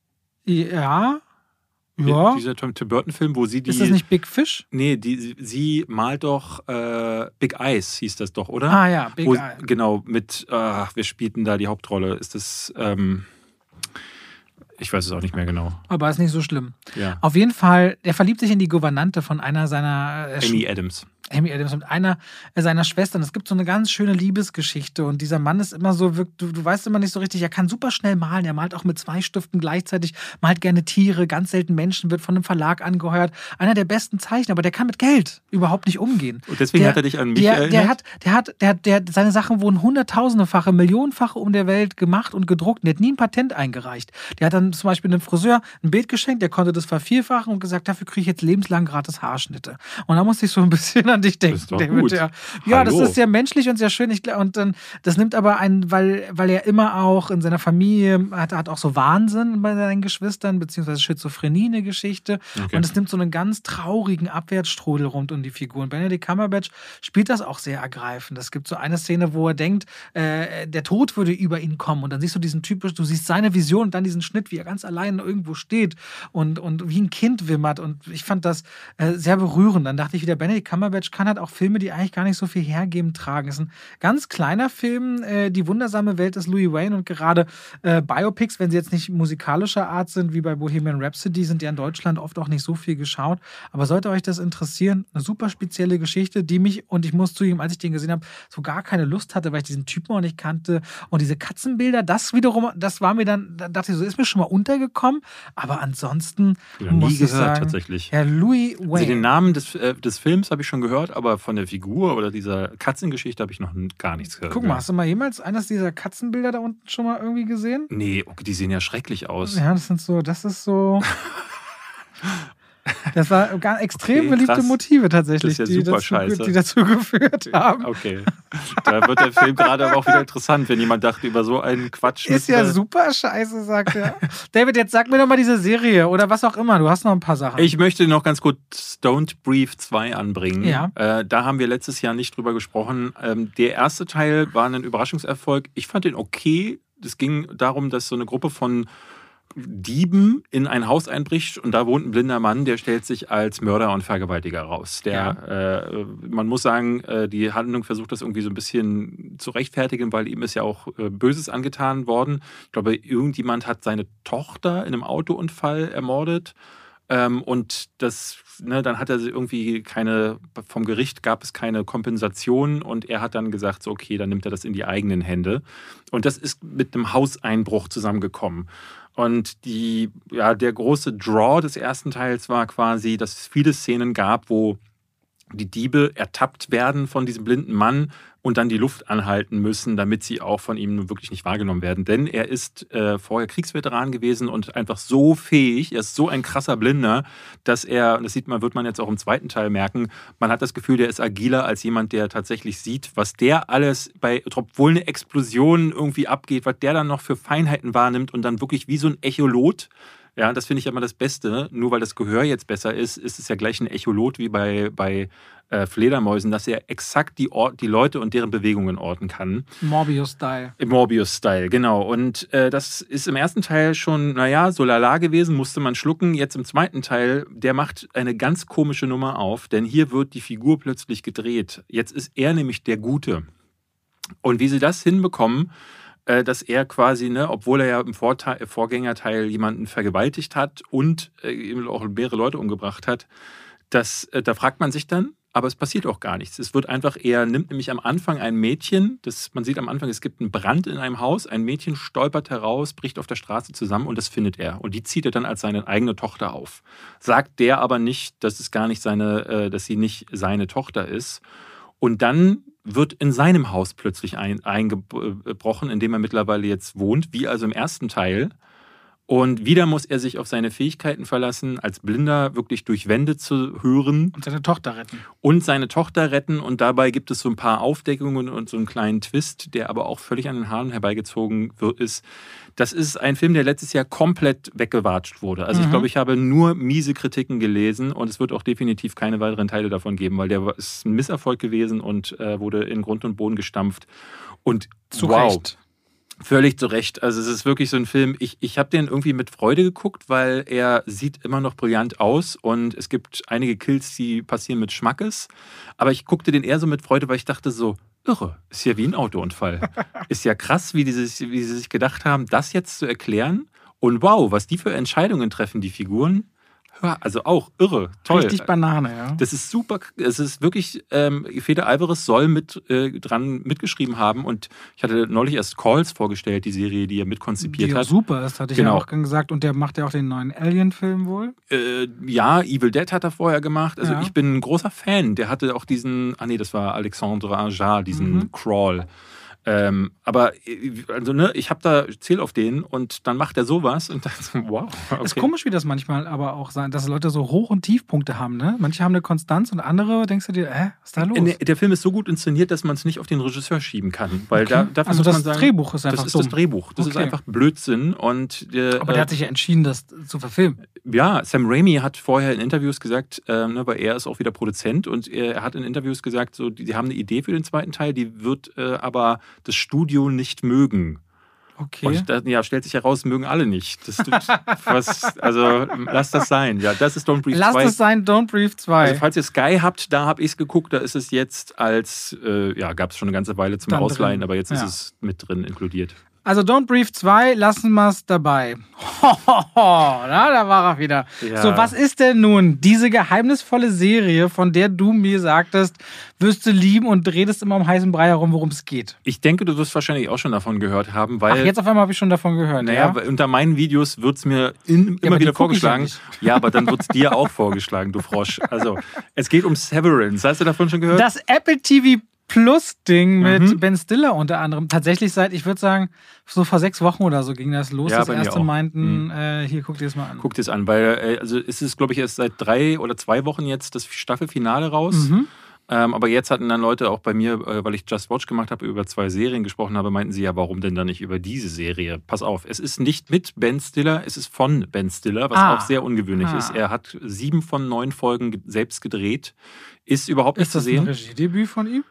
Ja. Dieser Tim Burton-Film, wo sie die... Ist das nicht Big Fish? Nee, sie malt doch Big Eyes, hieß das doch, oder? Ah ja, Big Eyes. Genau, wir spielten da die Hauptrolle. Ist das... ich weiß es auch nicht mehr genau. Aber ist nicht so schlimm. Ja. Auf jeden Fall, der verliebt sich in die Gouvernante von einer seiner... Amy Adams und einer seiner Schwestern. Es gibt so eine ganz schöne Liebesgeschichte und dieser Mann ist immer so, du weißt immer nicht so richtig, er kann super schnell malen, er malt auch mit 2 Stiften gleichzeitig, malt gerne Tiere, ganz selten Menschen, wird von einem Verlag angeheuert. Einer der besten Zeichner, aber der kann mit Geld überhaupt nicht umgehen. Und deswegen hat er dich an mich erinnert? Der seine Sachen wurden hunderttausendefache, millionenfache um der Welt gemacht und gedruckt und der hat nie ein Patent eingereicht. Der hat dann zum Beispiel einem Friseur ein Bild geschenkt, der konnte das vervierfachen und gesagt, dafür kriege ich jetzt lebenslang gratis Haarschnitte. Und da musste ich so ein bisschen an dich denken, David. Ja, das ist sehr menschlich und sehr schön. Und dann, das nimmt aber weil er immer auch in seiner Familie hat auch so Wahnsinn bei seinen Geschwistern, beziehungsweise Schizophrenie eine Geschichte. Okay. Und es nimmt so einen ganz traurigen Abwärtsstrudel rund um die Figuren. Benedict Cumberbatch spielt das auch sehr ergreifend. Es gibt so eine Szene, wo er denkt, der Tod würde über ihn kommen. Und dann siehst du du siehst seine Vision und dann diesen Schnitt, wie er ganz allein irgendwo steht und wie ein Kind wimmert. Und ich fand das sehr berührend. Dann dachte ich wieder, Benedict Cumberbatch Mitch kann halt auch Filme, die eigentlich gar nicht so viel hergeben, tragen. Es ist ein ganz kleiner Film, Die wundersame Welt des Louis Wayne, und gerade Biopics, wenn sie jetzt nicht musikalischer Art sind, wie bei Bohemian Rhapsody, sind ja in Deutschland oft auch nicht so viel geschaut. Aber sollte euch das interessieren, eine super spezielle Geschichte, die mich, und ich muss zugeben, als ich den gesehen habe, so gar keine Lust hatte, weil ich diesen Typen auch nicht kannte. Und diese Katzenbilder, das wiederum, das war mir dann, da dachte ich so, ist mir schon mal untergekommen. Aber ansonsten muss ich sagen, tatsächlich. Herr Louis Wayne. Also den Namen des Films habe ich schon gehört, aber von der Figur oder dieser Katzengeschichte habe ich noch gar nichts gehört. Guck mal, hast du mal jemals eines dieser Katzenbilder da unten schon mal irgendwie gesehen? Nee, okay, die sehen ja schrecklich aus. Ja, das ist so. Das war extrem beliebte krass. Motive tatsächlich, Das ist ja super die dazu geführt haben. Okay. Da wird der Film gerade aber auch wieder interessant, wenn jemand dachte über so einen Quatsch. Ist ja super scheiße, sagt er. David, jetzt sag mir doch mal diese Serie oder was auch immer. Du hast noch ein paar Sachen. Ich möchte noch ganz kurz Don't Breathe 2 anbringen. Ja. Da haben wir letztes Jahr nicht drüber gesprochen. Der erste Teil war ein Überraschungserfolg. Ich fand den okay. Es ging darum, dass so eine Gruppe von Dieben in ein Haus einbricht und da wohnt ein blinder Mann, der stellt sich als Mörder und Vergewaltiger raus. Man muss sagen, die Handlung versucht das irgendwie so ein bisschen zu rechtfertigen, weil ihm ist ja auch Böses angetan worden. Ich glaube, irgendjemand hat seine Tochter in einem Autounfall ermordet. Und dann hat er irgendwie vom Gericht gab es keine Kompensation und er hat dann gesagt, so okay, dann nimmt er das in die eigenen Hände. Und das ist mit einem Hauseinbruch zusammengekommen. Und der große Draw des ersten Teils war quasi, dass es viele Szenen gab, wo die Diebe ertappt werden von diesem blinden Mann und dann die Luft anhalten müssen, damit sie auch von ihm wirklich nicht wahrgenommen werden. Denn er ist vorher Kriegsveteran gewesen und einfach so fähig, er ist so ein krasser Blinder, dass wird man jetzt auch im zweiten Teil merken, man hat das Gefühl, der ist agiler als jemand, der tatsächlich sieht, was der alles, obwohl eine Explosion irgendwie abgeht, was der dann noch für Feinheiten wahrnimmt und dann wirklich wie so ein Echolot. Ja, das finde ich immer das Beste. Nur weil das Gehör jetzt besser ist, ist es ja gleich ein Echolot wie bei Fledermäusen, dass er exakt die Leute und deren Bewegungen orten kann. Morbius-Style. Morbius-Style, genau. Und das ist im ersten Teil schon, so lala gewesen, musste man schlucken. Jetzt im zweiten Teil, der macht eine ganz komische Nummer auf, denn hier wird die Figur plötzlich gedreht. Jetzt ist er nämlich der Gute. Und wie sie das hinbekommen, dass er quasi, obwohl er ja im Vorgängerteil jemanden vergewaltigt hat und auch mehrere Leute umgebracht hat, da fragt man sich dann, aber es passiert auch gar nichts. Es wird einfach, er nimmt nämlich am Anfang ein Mädchen, man sieht am Anfang, es gibt einen Brand in einem Haus, ein Mädchen stolpert heraus, bricht auf der Straße zusammen und das findet er. Und die zieht er dann als seine eigene Tochter auf. Sagt der aber nicht, dass sie nicht seine Tochter ist. Und dann wird in seinem Haus plötzlich eingebrochen, in dem er mittlerweile jetzt wohnt, wie also im ersten Teil. Und wieder muss er sich auf seine Fähigkeiten verlassen, als Blinder wirklich durch Wände zu hören. Und seine Tochter retten. Und dabei gibt es so ein paar Aufdeckungen und so einen kleinen Twist, der aber auch völlig an den Haaren herbeigezogen ist. Das ist ein Film, der letztes Jahr komplett weggewatscht wurde. Also ich glaube, ich habe nur miese Kritiken gelesen und es wird auch definitiv keine weiteren Teile davon geben, weil der ist ein Misserfolg gewesen und wurde in Grund und Boden gestampft. Und zu Recht. Völlig zu Recht. Also es ist wirklich so ein Film, ich habe den irgendwie mit Freude geguckt, weil er sieht immer noch brillant aus und es gibt einige Kills, die passieren mit Schmackes. Aber ich guckte den eher so mit Freude, weil ich dachte so, irre, ist ja wie ein Autounfall. Ist ja krass, wie sie sich gedacht haben, das jetzt zu erklären. Und wow, was die für Entscheidungen treffen, die Figuren. Also auch irre, toll. Richtig Banane, ja. Das ist super, es ist wirklich, Fede Alvarez soll dran mitgeschrieben haben und ich hatte neulich erst Calls vorgestellt, die Serie, die er mitkonzipiert hat. Super ist, hatte ich ja auch gesagt und der macht ja auch den neuen Alien-Film wohl. Ja, Evil Dead hat er vorher gemacht, also ich bin ein großer Fan, der hatte auch das war Alexandre Aja, diesen Crawl. Aber ich habe da Ziel auf den und dann macht er sowas und dann so, wow. Okay. Ist komisch, wie das manchmal aber auch sein, dass Leute so Hoch- und Tiefpunkte haben, ne? Manche haben eine Konstanz und andere denkst du dir, was ist da los? Der Film ist so gut inszeniert, dass man es nicht auf den Regisseur schieben kann. Weil dafür also muss das man sagen, Drehbuch ist einfach das ist das Drehbuch. Das ist einfach Blödsinn. Und aber der hat sich ja entschieden, das zu verfilmen. Ja, Sam Raimi hat vorher in Interviews gesagt, weil er ist auch wieder Produzent und er hat in Interviews gesagt, so, die haben eine Idee für den zweiten Teil, die wird aber das Studio nicht mögen. Okay. Und ich dachte, ja, stellt sich heraus, mögen alle nicht. Also lasst das sein. Ja, das ist Don't Breathe 2. Lasst es sein, Don't Breathe 2. Also falls ihr Sky habt, da habe ich es geguckt, da ist es jetzt als, gab es schon eine ganze Weile zum Dann Ausleihen, drin. aber jetzt ist es mit drin inkludiert. Also Don't Breathe 2, lassen wir es dabei. Na, da war er wieder. Ja. So, was ist denn nun diese geheimnisvolle Serie, von der du mir sagtest, wirst du lieben und redest immer um heißen Brei herum, worum es geht? Ich denke, du wirst wahrscheinlich auch schon davon gehört haben, weil... Ach, jetzt auf einmal habe ich schon davon gehört, Naja, ja? unter meinen Videos wird es mir immer aber die wieder guck ich ja vorgeschlagen. nicht. Ja, aber dann wird es dir auch vorgeschlagen, du Frosch. Also, es geht um Severance. Hast du davon schon gehört? Das Apple TV Plus-Ding mit Ben Stiller unter anderem. Tatsächlich seit, ich würde sagen, so vor 6 Wochen oder so ging das los. Ja, das bei mir erste auch. meinten, hier, guck dir das mal an. Guck dir das an, weil also es ist, glaube ich, erst seit 3 oder 2 Wochen jetzt das Staffelfinale raus. Aber jetzt hatten dann Leute auch bei mir, weil ich Just Watch gemacht habe, über 2 Serien gesprochen habe, meinten sie, ja, warum denn dann nicht über diese Serie? Pass auf, es ist nicht mit Ben Stiller, es ist von Ben Stiller, was auch sehr ungewöhnlich ist. Er hat 7 von 9 Folgen selbst gedreht. Ist überhaupt nicht Ist zu das sehen. ein Regiedebüt von ihm?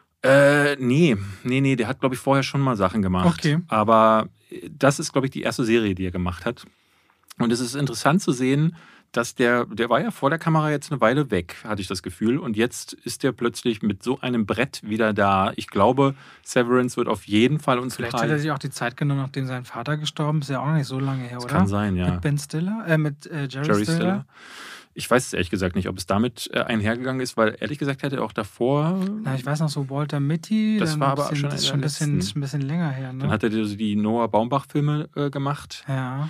Nee, der hat, glaube ich, vorher schon mal Sachen gemacht. Okay. Aber das ist, glaube ich, die erste Serie, die er gemacht hat. Und es ist interessant zu sehen, dass der war ja vor der Kamera jetzt eine Weile weg, hatte ich das Gefühl. Und jetzt ist der plötzlich mit so einem Brett wieder da. Ich glaube, Severance wird auf jeden Fall uns Vielleicht hat er sich auch die Zeit genommen, nachdem sein Vater gestorben ist. Ist ja auch noch nicht so lange her, Das oder? kann sein, ja. Mit Ben Stiller? Mit Jerry Stiller? Ich weiß es ehrlich gesagt nicht, ob es damit einhergegangen ist, weil ehrlich gesagt hätte er auch davor... Na, ich weiß noch so Walter Mitty. Das war aber schon das ist schon ein bisschen länger her, ne? Dann hat er die Noah Baumbach-Filme gemacht. Ja.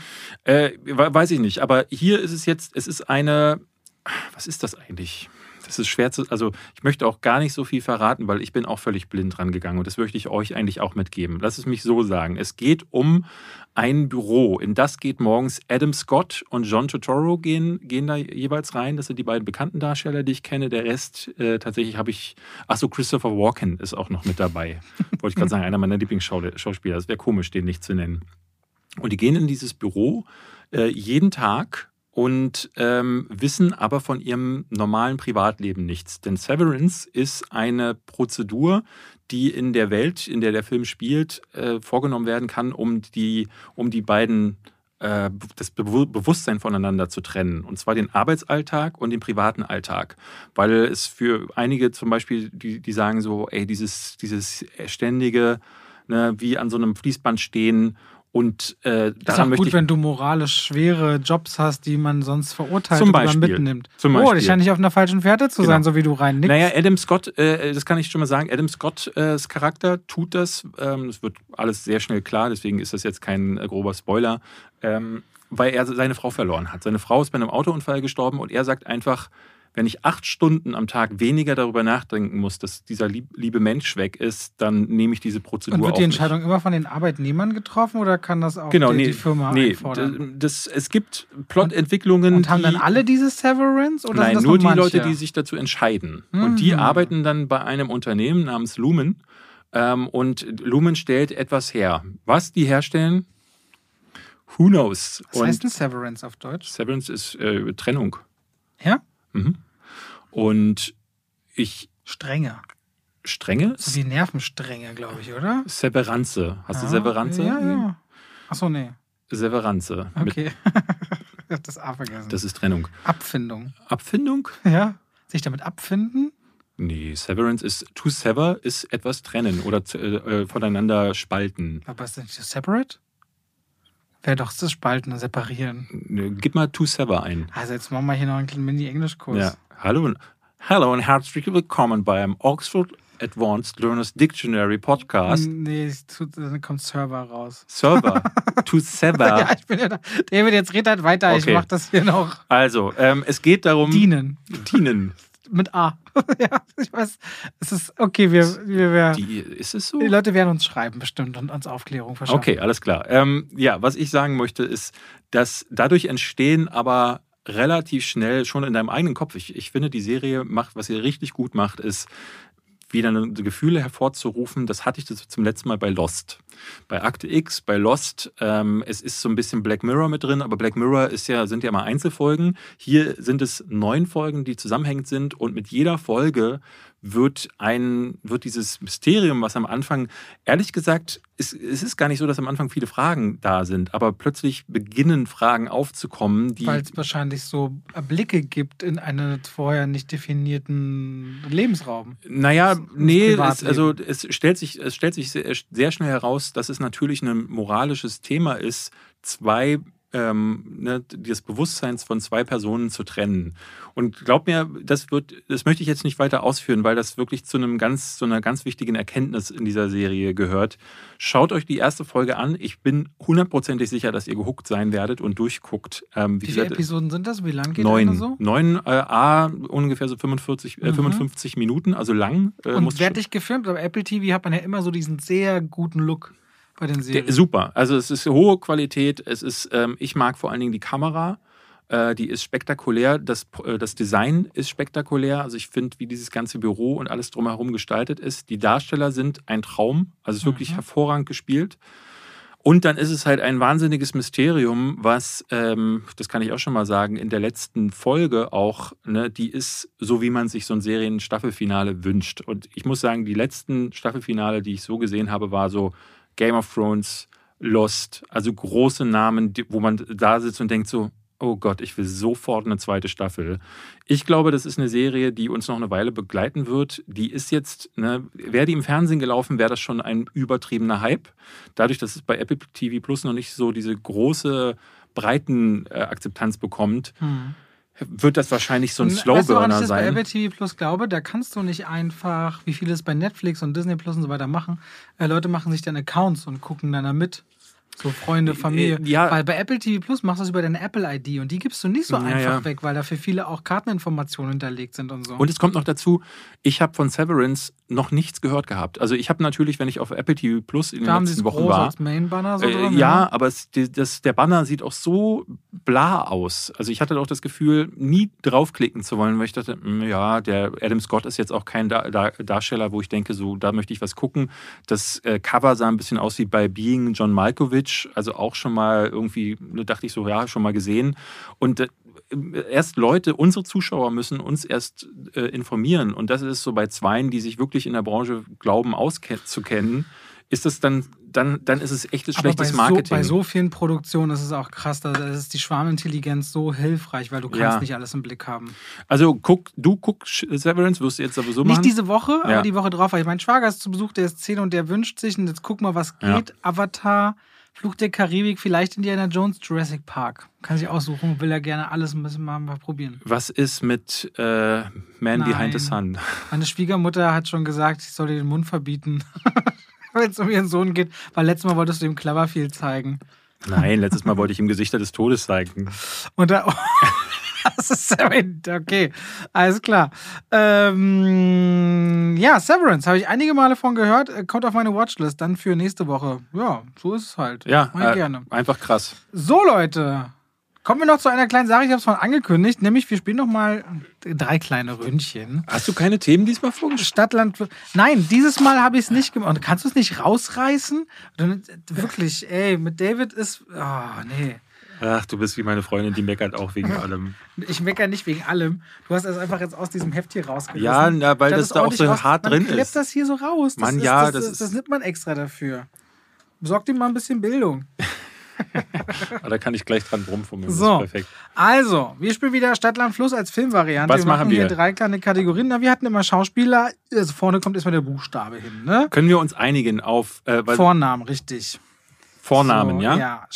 Weiß ich nicht, aber hier ist es jetzt, es ist eine... Was ist das eigentlich? Das ist schwer zu... Also ich möchte auch gar nicht so viel verraten, weil ich bin auch völlig blind rangegangen und das möchte ich euch eigentlich auch mitgeben. Lass es mich so sagen. Es geht um ein Büro. In das geht morgens Adam Scott und John Turturro gehen da jeweils rein. Das sind die beiden bekannten Darsteller, die ich kenne. Der Rest tatsächlich habe ich... Achso, Christopher Walken ist auch noch mit dabei. Wollte ich gerade sagen, einer meiner Lieblingsschauspieler. Das wäre komisch, den nicht zu nennen. Und die gehen in dieses Büro jeden Tag und wissen aber von ihrem normalen Privatleben nichts. Denn Severance ist eine Prozedur, die in der Welt, in der der Film spielt, vorgenommen werden kann, um die beiden das Bewusstsein voneinander zu trennen. Und zwar den Arbeitsalltag und den privaten Alltag. Weil es für einige zum Beispiel, die sagen so, ey, dieses ständige, ne, wie an so einem Fließband stehen. Und ist auch gut, wenn du moralisch schwere Jobs hast, die man sonst verurteilt oder mitnimmt. Das scheint nicht auf einer falschen Fährte zu sein, so wie du rein nickst. Naja, Adam Scott, das kann ich schon mal sagen, Adam Scotts Charakter tut das. Das wird alles sehr schnell klar, deswegen ist das jetzt kein grober Spoiler. Weil er seine Frau verloren hat. Seine Frau ist bei einem Autounfall gestorben und er sagt einfach, wenn ich 8 Stunden am Tag weniger darüber nachdenken muss, dass dieser liebe Mensch weg ist, dann nehme ich diese Prozedur auf. Und wird die Entscheidung immer von den Arbeitnehmern getroffen oder kann das auch die Firma einfordern? Es gibt Plotentwicklungen. Und haben dann alle dieses Severance? Oder nein, sind das nur die manche? Leute, die sich dazu entscheiden. Und die arbeiten dann bei einem Unternehmen namens Lumen. Und Lumen stellt etwas her. Was die herstellen? Who knows? Was heißt denn Severance auf Deutsch? Severance ist Trennung. Ja? Mhm. Und Strenge? So wie Nervenstrenge, glaube ich, oder? Severanze. Hast du Severanze? Ja. Achso, nee. Severanze. Okay. Ich hab das A vergessen. Das ist Trennung. Abfindung. Abfindung? Ja. Sich damit abfinden? Nee, Severance ist, to sever ist etwas trennen oder voneinander spalten. Aber ist das nicht separate? Wäre doch das Spalten und Separieren. Gib mal to sever ein. Also jetzt machen wir hier noch einen kleinen Mini-Englischkurs. Ja. Hallo und herzlich willkommen beim Oxford Advanced Learners Dictionary Podcast. Nee, dann kommt Server raus. Server. To sever. Ja, ich bin ja da. David, jetzt red halt weiter. Okay. Ich mach das hier noch. Also, es geht darum... Dienen. Mit A. Ja, ich weiß. Es ist okay, ist es so? Die Leute werden uns schreiben bestimmt und uns Aufklärung verschaffen. Okay, alles klar. Was ich sagen möchte, ist, dass dadurch entstehen aber relativ schnell schon in deinem eigenen Kopf. Ich finde, die Serie macht, was sie richtig gut macht, ist wieder Gefühle hervorzurufen. Das hatte ich zum letzten Mal bei Lost. Bei Akte X, bei Lost, es ist so ein bisschen Black Mirror mit drin, aber Black Mirror sind ja mal Einzelfolgen. Hier sind es 9 Folgen, die zusammenhängend sind und mit jeder Folge wird dieses Mysterium, was am Anfang, ehrlich gesagt, es ist gar nicht so, dass am Anfang viele Fragen da sind, aber plötzlich beginnen Fragen aufzukommen, die... Weil es wahrscheinlich so Blicke gibt in einen vorher nicht definierten Lebensraum. Naja, nee, Privatleben. es stellt sich sehr schnell heraus, dass es natürlich ein moralisches Thema ist, des Bewusstseins von zwei Personen zu trennen. Und glaub mir, das möchte ich jetzt nicht weiter ausführen, weil das wirklich zu einer ganz wichtigen Erkenntnis in dieser Serie gehört. Schaut euch die erste Folge an. Ich bin 100%ig sicher, dass ihr gehuckt sein werdet und durchguckt. Wie viele Episoden sind das? Wie lang geht eine so? 9, ungefähr so 55 Minuten, also lang. Und fertig gefilmt, aber Apple TV hat man ja immer so diesen sehr guten Look bei den Serien. Super. Also es ist hohe Qualität. Ich mag vor allen Dingen die Kamera. Die ist spektakulär. Das Design ist spektakulär. Also ich finde, wie dieses ganze Büro und alles drumherum gestaltet ist. Die Darsteller sind ein Traum. Also es ist wirklich hervorragend gespielt. Und dann ist es halt ein wahnsinniges Mysterium, was, das kann ich auch schon mal sagen, in der letzten Folge auch, ne, die ist so, wie man sich so ein Serien-Staffelfinale wünscht. Und ich muss sagen, die letzten Staffelfinale, die ich so gesehen habe, war so Game of Thrones, Lost, also große Namen, wo man da sitzt und denkt so, oh Gott, ich will sofort eine zweite Staffel. Ich glaube, das ist eine Serie, die uns noch eine Weile begleiten wird. Die ist jetzt, wäre die im Fernsehen gelaufen, wäre das schon ein übertriebener Hype. Dadurch, dass es bei Apple TV Plus noch nicht so diese große Breitenakzeptanz bekommt, wird das wahrscheinlich so ein Slowburner weißt du, woran ich das sein. Bei Apple TV Plus glaube, da kannst du nicht einfach, wie viele es bei Netflix und Disney Plus und so weiter machen, Leute machen sich dann Accounts und gucken dann da mit. So Freunde, Familie. Ja. Weil bei Apple TV Plus machst du das über deine Apple-ID und die gibst du nicht so einfach weg, weil da für viele auch Karteninformationen hinterlegt sind und so. Und es kommt noch dazu, ich habe von Severance noch nichts gehört gehabt. Also ich habe natürlich, wenn ich auf Apple TV Plus in den letzten Wochen war... als Main-Banner so drin, ja, aber der Banner sieht auch so bla aus. Also ich hatte auch das Gefühl, nie draufklicken zu wollen, weil ich dachte, ja, der Adam Scott ist jetzt auch kein Darsteller, wo ich denke, so, da möchte ich was gucken. Das Cover sah ein bisschen aus wie bei Being John Malkovich, also auch schon mal irgendwie, dachte ich so, ja, schon mal gesehen. Und erst unsere Zuschauer müssen uns erst informieren. Und das ist so bei Zweien, die sich wirklich in der Branche glauben, auszukennen, ist das dann ist es echtes schlechtes Marketing. Bei so vielen Produktionen ist es auch krass, da ist die Schwarmintelligenz so hilfreich, weil du kannst nicht alles im Blick haben. Also du guckst Severance, wirst du jetzt sowieso machen? Nicht diese Woche, aber die Woche drauf, weil mein Schwager ist zu Besuch, der ist 10 und der wünscht sich, und jetzt guck mal, was geht. Avatar, Fluch der Karibik, vielleicht Indiana Jones, Jurassic Park. Kann sich aussuchen, will er gerne alles ein bisschen mal probieren. Was ist mit Man Behind the Sun? Meine Schwiegermutter hat schon gesagt, ich soll dir den Mund verbieten, wenn es um ihren Sohn geht, weil letztes Mal wolltest du ihm Cloverfield zeigen. Nein, letztes Mal wollte ich ihm Gesichter des Todes zeigen. Und da... Das ist okay, alles klar. Severance, habe ich einige Male von gehört, kommt auf meine Watchlist, dann für nächste Woche. Ja, so ist es halt. Ja, gerne. Einfach krass. So, Leute, kommen wir noch zu einer kleinen Sache, ich habe es vorhin angekündigt, nämlich wir spielen noch mal 3 kleine Ründchen. Hast du keine Themen diesmal vorgestellt? Stadtland. Nein, dieses Mal habe ich es nicht gemacht. Und kannst du es nicht rausreißen? Wirklich, mit David ist... Oh, nee. Ach, du bist wie meine Freundin, die meckert auch wegen allem. Ich meckere nicht wegen allem. Du hast das einfach jetzt aus diesem Heft hier rausgerissen. Ja, weil das da auch so hart drin ist. Man klebt das hier so raus. Das nimmt man extra dafür. Besorgt ihm mal ein bisschen Bildung. Da kann ich gleich dran rumfummeln. So, perfekt. Also, wir spielen wieder Stadt, Land, Fluss als Filmvariante. Was machen wir? Hier 3 kleine Kategorien. Wir hatten immer Schauspieler. Also vorne kommt erstmal der Buchstabe hin. Ne? Können wir uns einigen auf... Vornamen, richtig. Vornamen, so, ja? Ja,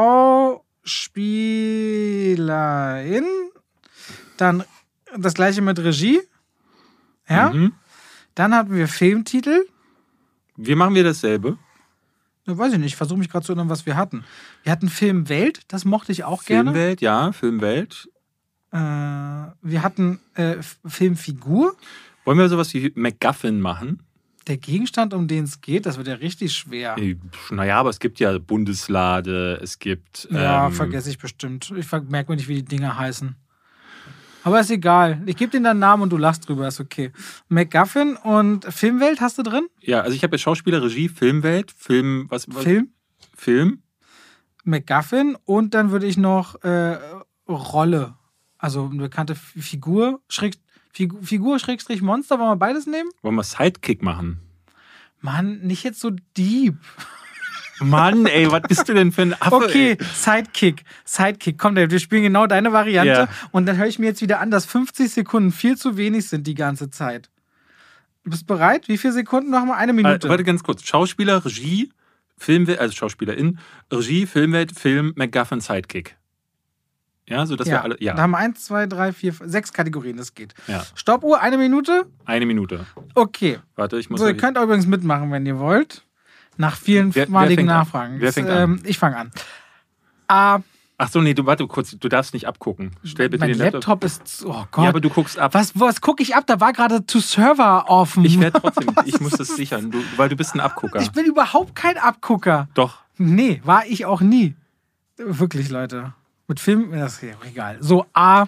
Schauspielerin. Dann das gleiche mit Regie. Ja. Dann hatten wir Filmtitel. Wie machen wir dasselbe? Weiß ich nicht, ich versuche mich gerade zu erinnern, was wir hatten. Wir hatten Filmwelt, das mochte ich auch gerne. Filmwelt, ja, Filmwelt. Wir hatten Filmfigur. Wollen wir sowas wie MacGuffin machen? Der Gegenstand, um den es geht, das wird ja richtig schwer. Naja, aber es gibt ja Bundeslade, es gibt... Ja, vergesse ich bestimmt. Ich merke mir nicht, wie die Dinger heißen. Aber ist egal. Ich gebe dir deinen Namen und du lachst drüber, ist okay. MacGuffin und Filmwelt hast du drin? Ja, also ich habe jetzt Schauspieler, Regie, Filmwelt, Film... Film. MacGuffin und dann würde ich noch Rolle, also eine bekannte Figur, Figur/Monster, wollen wir beides nehmen? Wollen wir Sidekick machen? Mann, nicht jetzt so deep. Mann, ey, was bist du denn für ein Affe? Okay, ey? Sidekick. Komm, David, wir spielen genau deine Variante. Ja. Und dann höre ich mir jetzt wieder an, dass 50 Sekunden viel zu wenig sind die ganze Zeit. Du bist bereit? Wie viele Sekunden machen wir? 1 Minute. Warte ganz kurz. Schauspieler, Regie, Filmwelt, also Schauspielerin, Regie, Filmwelt, Film, MacGuffin, Sidekick. Ja, so dass wir alle. Ja. Da haben wir 1, 2, 3, 4, 6 Kategorien, das geht. Ja. Stoppuhr, 1 Minute? 1 Minute. Okay. Warte, ich muss. So, ihr könnt auch übrigens mitmachen, wenn ihr wollt. Nach vielen maligen Nachfragen. Wer fängt an? Ich fange an. A. Ach so, nee, warte kurz, du darfst nicht abgucken. Stell bitte Mein den Laptop ist. Oh Gott. Ja, aber du guckst ab. Was gucke ich ab? Da war gerade To Server offen. Ich werde trotzdem, ich muss das sichern, weil du bist ein Abgucker. Ich bin überhaupt kein Abgucker. Doch. Nee, war ich auch nie. Wirklich, Leute. Mit Film, das ist ja egal. So, A,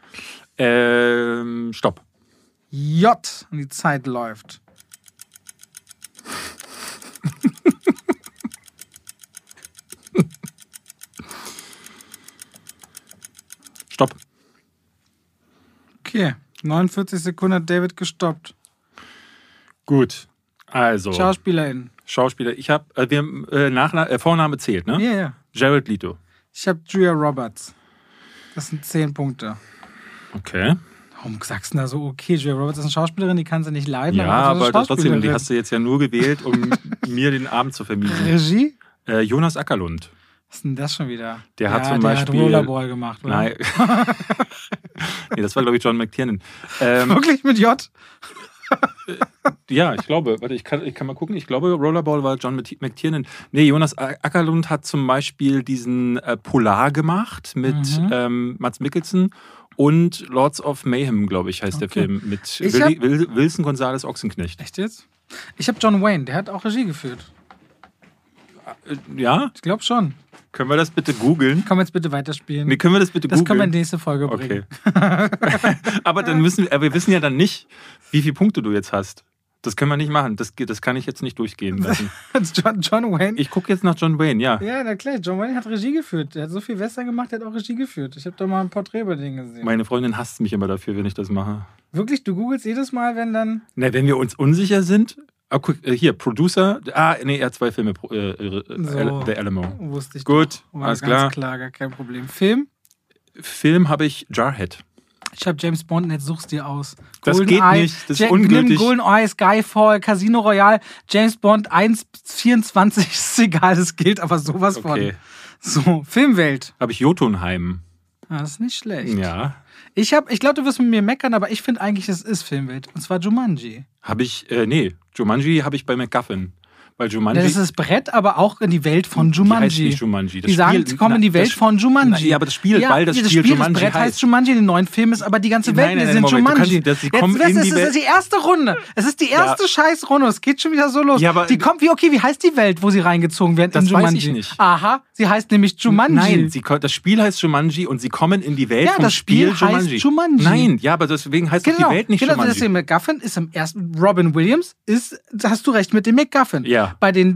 Stopp. J. Und die Zeit läuft. Stopp. Okay, 49 Sekunden hat David gestoppt. Gut. Also. Schauspielerin. Schauspieler. Ich habe, wir haben Vorname zählt, ne? Ja, ja. Jared Leto. Ich habe Julia Roberts. Das sind 10 Punkte. Okay. Warum sagst du da so, okay, Julia Roberts ist eine Schauspielerin, die kann sie nicht leiden. Ja, aber trotzdem, die hast du jetzt ja nur gewählt, um mir den Abend zu vermiesen. Regie? Jonas Ackerlund. Was ist denn das schon wieder? Der hat zum Beispiel. Der hat Rollerball gemacht, oder? Nein. Nee, das war, glaube ich, John McTiernan. Wirklich mit J? Ja, ich glaube. Warte, ich kann mal gucken. Ich glaube, Rollerball war John McTiernan. Nee, Jonas Ackerlund hat zum Beispiel diesen Polar gemacht mit Mads Mikkelsen und Lords of Mayhem, glaube ich, heißt der Film, mit Wilson González Ochsenknecht. Echt jetzt? Ich habe John Wayne, der hat auch Regie geführt. Ja? Ich glaube schon. Können wir das bitte googeln? Komm jetzt bitte weiterspielen. Nee, können wir das bitte googeln? Das können wir in die nächste Folge bringen. Okay. Aber dann wir wissen ja dann nicht, wie viele Punkte du jetzt hast. Das können wir nicht machen. Das kann ich jetzt nicht durchgehen lassen. John Wayne? Ich gucke jetzt nach John Wayne, ja. Ja, na klar. John Wayne hat Regie geführt. Der hat so viel Western gemacht, der hat auch Regie geführt. Ich habe da mal ein Porträt bei denen gesehen. Meine Freundin hasst mich immer dafür, wenn ich das mache. Wirklich? Du googelst jedes Mal, wenn dann... Na, wenn wir uns unsicher sind... hier, Producer. Er hat 2 Filme. The Alamo. Wusste ich. Gut, doch. alles ganz klar. Gar kein Problem. Film habe ich Jarhead. Ich habe James Bond und jetzt such's dir aus. Das geht nicht, das ist ungültig. Nimm GoldenEye, Skyfall, Casino Royale, James Bond 1,24, ist egal, das gilt aber sowas von. So, Filmwelt. Habe ich Jotunheim. Das ist nicht schlecht. Ja. Ich glaube, du wirst mit mir meckern, aber ich finde eigentlich, es ist Filmwelt. Und zwar Jumanji. Jumanji habe ich bei MacGuffin. Weil Jumanji. Das ist das Brett, aber auch in die Welt von Jumanji. Die heißt nicht Jumanji. Die sagen, sie kommen in die Welt von Jumanji. Ja, aber das Spiel, weil das Spiel Jumanji das Brett heißt Jumanji in den neuen Filmen, ist aber die ganze Welt sind Jumanji. Das ist die erste Runde. Es ist die erste Scheißrunde. Es geht schon wieder so los. Ja, aber wie heißt die Welt, wo sie reingezogen werden in Jumanji? Das weiß ich nicht. Aha, sie heißt nämlich Jumanji. Nein, das Spiel heißt Jumanji und sie kommen in die Welt vom Spiel Jumanji. Heißt Jumanji. Nein, ja, aber deswegen heißt doch die Welt nicht Jumanji. Deswegen MacGuffin ist im ersten, Robin Williams hast du recht mit dem MacGuffin. Ja. Bei den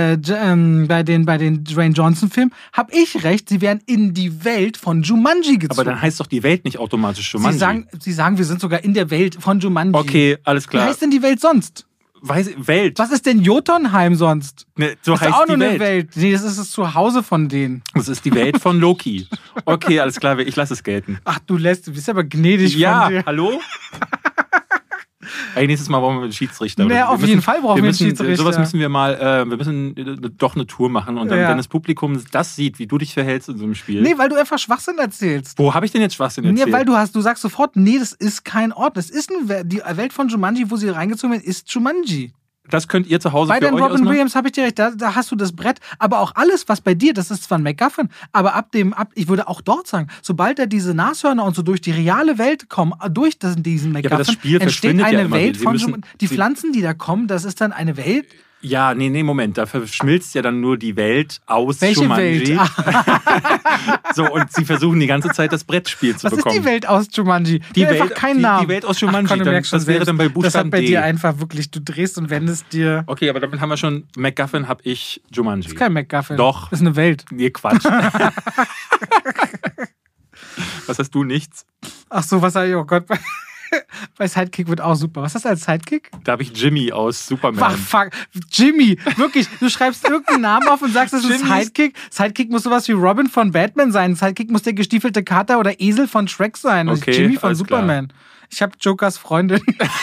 Dwayne Johnson-Filmen habe ich recht, sie werden in die Welt von Jumanji gezogen. Aber dann heißt doch die Welt nicht automatisch Jumanji. Sie sagen, wir sind sogar in der Welt von Jumanji. Okay, alles klar. Wie heißt denn die Welt sonst? Welt. Was ist denn Jotunheim sonst? Ne, so das heißt ist auch die nur eine Welt. Nee, das ist das Zuhause von denen. Das ist die Welt von Loki. Okay, alles klar, ich lasse es gelten. Ach, du bist aber gnädig von dir. Ja, hallo? Nächstes Mal brauchen wir einen Schiedsrichter. Ja, auf jeden Fall brauchen wir einen Schiedsrichter. Sowas müssen wir mal, wir müssen doch eine Tour machen und dann, wenn das Publikum das sieht, wie du dich verhältst in so einem Spiel. Nee, weil du einfach Schwachsinn erzählst. Wo habe ich denn jetzt Schwachsinn erzählt? Nee, weil du sagst sofort, nee, das ist kein Ort. Das ist die Welt von Jumanji, wo sie reingezogen werden, ist Jumanji. Das könnt ihr zu Hause bei für euch ausmachen? Bei den Robin Williams habe ich dir recht, da hast du das Brett, aber auch alles, was bei dir, das ist zwar ein MacGuffin, aber ich würde auch dort sagen, sobald da diese Nashörner und so durch die reale Welt kommen, durch diesen MacGuffin, entsteht eine Welt von Jumanji. Die Pflanzen, die da kommen, das ist dann eine Welt. Ja, nee, Moment. Da verschmilzt ja dann nur die Welt aus Welche Jumanji. Welt? So, und sie versuchen die ganze Zeit das Brettspiel zu bekommen. Was ist die Welt aus Jumanji? Die Welt, einfach keinen Namen. Die Welt aus Jumanji. Das wäre dann bei Buchstaben Das hat bei D. dir einfach wirklich, du drehst und wendest dir. Okay, aber damit haben wir schon, MacGuffin habe ich Jumanji. Das ist kein MacGuffin. Doch. Das ist eine Welt. Nee, Quatsch. Was hast du? Nichts? Ach so, was habe ich? Oh Gott. Bei Sidekick wird auch super. Was hast du als Sidekick? Da habe ich Jimmy aus Superman. Fuck. Jimmy. Wirklich. Du schreibst irgendeinen Namen auf und sagst, das ist Sidekick. Sidekick muss sowas wie Robin von Batman sein. Sidekick muss der gestiefelte Kater oder Esel von Shrek sein. Das ist Okay, Jimmy von alles klar. Superman. Ich habe Jokers Freundin.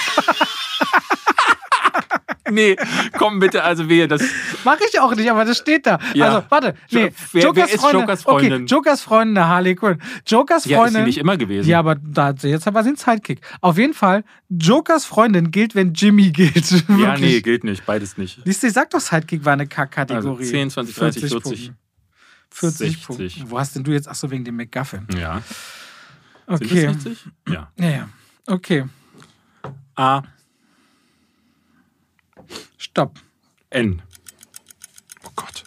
Nee, komm bitte, also wehe, das... Mach ich auch nicht, aber das steht da. Ja. Also, warte. Nee. Wer ist Jokers Freundin? Okay, Jokers Freundin, Harley Quinn. Jokers Ja, Freundin. ist sie nicht immer gewesen. Ja, aber jetzt war sie ein Sidekick. Auf jeden Fall, Jokers Freundin gilt, wenn Jimmy gilt. Ja, Wirklich. nee, gilt nicht, beides nicht. Siehst du, ich sag doch, Sidekick war eine Kack-Kategorie. Also 10, 20, 30, 40. Punkte. 40 60. Punkte. Wo hast denn du jetzt? Achso, wegen dem McGuffin. Ja. Okay. Sind das 60? Ja. Ja. Okay. A, Stopp. N. Oh Gott.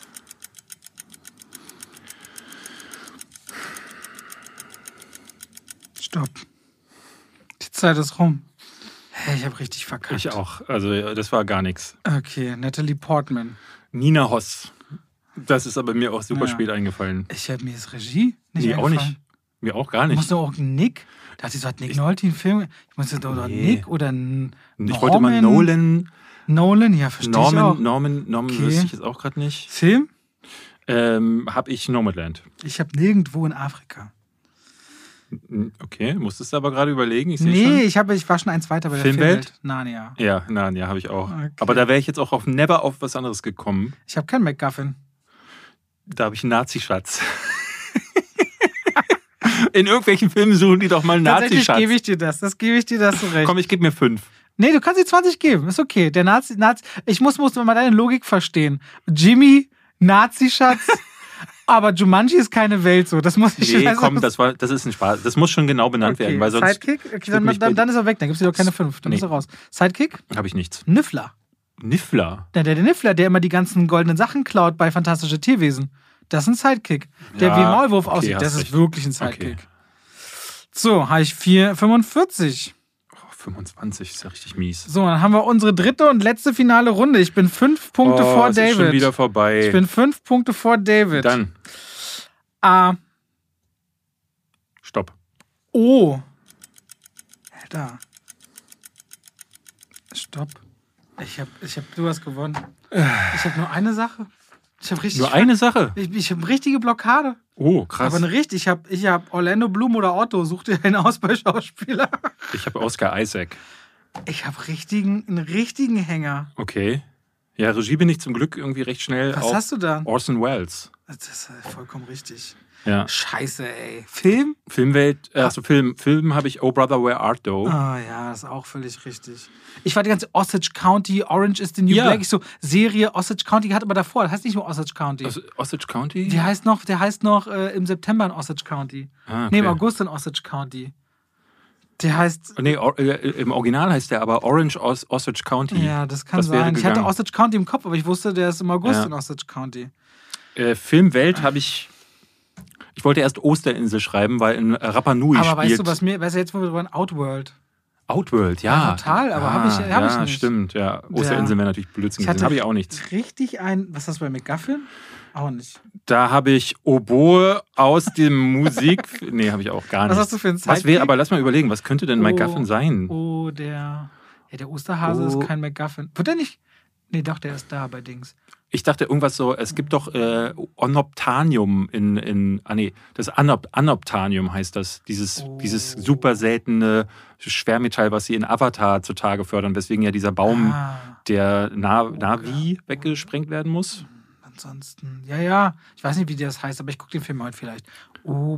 Stopp. Die Zeit ist rum. Hey, ich habe richtig verkackt. Ich auch. Also, das war gar nichts. Okay, Natalie Portman. Nina Hoss. Das ist aber mir auch super Ja. spät eingefallen. Ich habe mir das Regie nicht Nee, auch eingefallen. nicht. Mir auch gar Du nicht. musst doch auch Nick. Da hat hat Nick Nolte einen Film. Ich musste doch Nee. Nick oder Ich wollte mal Nolan. Ja, verstehe ich auch. Norman Okay. wüsste ich jetzt auch gerade nicht. Film? Habe ich Nomadland. Ich habe nirgendwo in Afrika. Okay, musstest du aber gerade überlegen. Ich sehe Nee, schon. ich war schon eins weiter bei der Filmwelt? Narnia. Ja, nein, ja, habe ich auch. Okay. Aber da wäre ich jetzt auch never auf was anderes gekommen. Ich habe keinen McGuffin. Da habe ich einen Nazi-Schatz. In irgendwelchen Filmen suchen die doch mal einen Tatsächlich Nazi-Schatz. gebe ich dir das. Das gebe ich dir, das recht. Komm, ich gebe mir 5. Nee, du kannst die 20 geben. Ist okay. Der Nazi, ich muss mal deine Logik verstehen. Jimmy, Nazi-Schatz, aber Jumanji ist keine Welt so. Das muss ich Nee, also- komm, das ist ein Spaß. Das muss schon genau benannt werden, weil sonst Sidekick? Okay, wird mich dann ist er weg. Dann gibst du dir doch keine 5. Dann Nee. ist er raus. Sidekick? habe ich nichts. Niffler. Niffler. Der Niffler, der immer die ganzen goldenen Sachen klaut bei Fantastische Tierwesen. Das ist ein Sidekick. Der Ja, wie ein Maulwurf okay, aussieht. hast Das ist recht. wirklich ein Sidekick. Okay. So, habe ich 4,45. Oh, 25 ist ja richtig mies. So, dann haben wir unsere dritte und letzte finale Runde. Ich bin 5 Punkte vor es David. ist schon wieder vorbei. Ich bin 5 Punkte vor David. Dann, A. stopp. O. Alter. Stopp. Du hast gewonnen. Ich habe nur eine Sache. Ich habe richtig. Nur eine Sache. Ich habe richtige Blockade. Oh, krass. Aber eine richtig. Ich hab Orlando Bloom oder Otto. Such dir einen aus bei Schauspieler. Ich habe Oscar Isaac. Ich habe einen richtigen Hänger. Okay. Ja, Regie bin ich zum Glück irgendwie recht schnell Was auf hast du da? Orson Welles. Das ist vollkommen richtig. Ja. Scheiße, ey. Film? Filmwelt, Film habe ich Oh Brother, Where Art Thou? Ah ja, das ist auch völlig richtig. Ich war die ganze Osage County, Orange is the New Ja. Black. Ich so, Serie Osage County hat aber davor. Das heißt nicht nur Osage County. Osage County? Der heißt noch im September in Osage County. Ah, okay. Nee, im August in Osage County. Der heißt. Nee, im Original heißt der aber Orange Osage County. Ja, das kann Was wäre sein. Ich hatte gegangen? Osage County im Kopf, aber ich wusste, der ist im August Ja. in Osage County. Filmwelt habe ich. Ich wollte erst Osterinsel schreiben, weil in Rapa Nui Aber spielt. weißt du jetzt, wo wir drüber reden? Outworld. Outworld, ja. Ja, total, aber hab ich nicht. Stimmt, ja. Osterinsel wäre natürlich Blödsinn Ich gewesen. hatte Habe ich auch nichts. richtig was hast du bei McGuffin? Auch nicht. Da habe ich Oboe aus dem Musik. Nee, habe ich auch gar nicht. Was hast du für einen Was wäre, Sidekick? aber lass mal überlegen, was könnte denn McGuffin sein? Oh, der Osterhase ist kein McGuffin. Wird der nicht? Nee, doch, der ist da bei Dings. Ich dachte irgendwas so, es gibt doch Onoptanium das Anoptanium heißt das. Dieses super seltene Schwermetall, was sie in Avatar zutage fördern, weswegen ja dieser Baum der Navi weggesprengt werden muss. Ansonsten, ja. Ich weiß nicht, wie das heißt, aber ich gucke den Film heute vielleicht. Oh,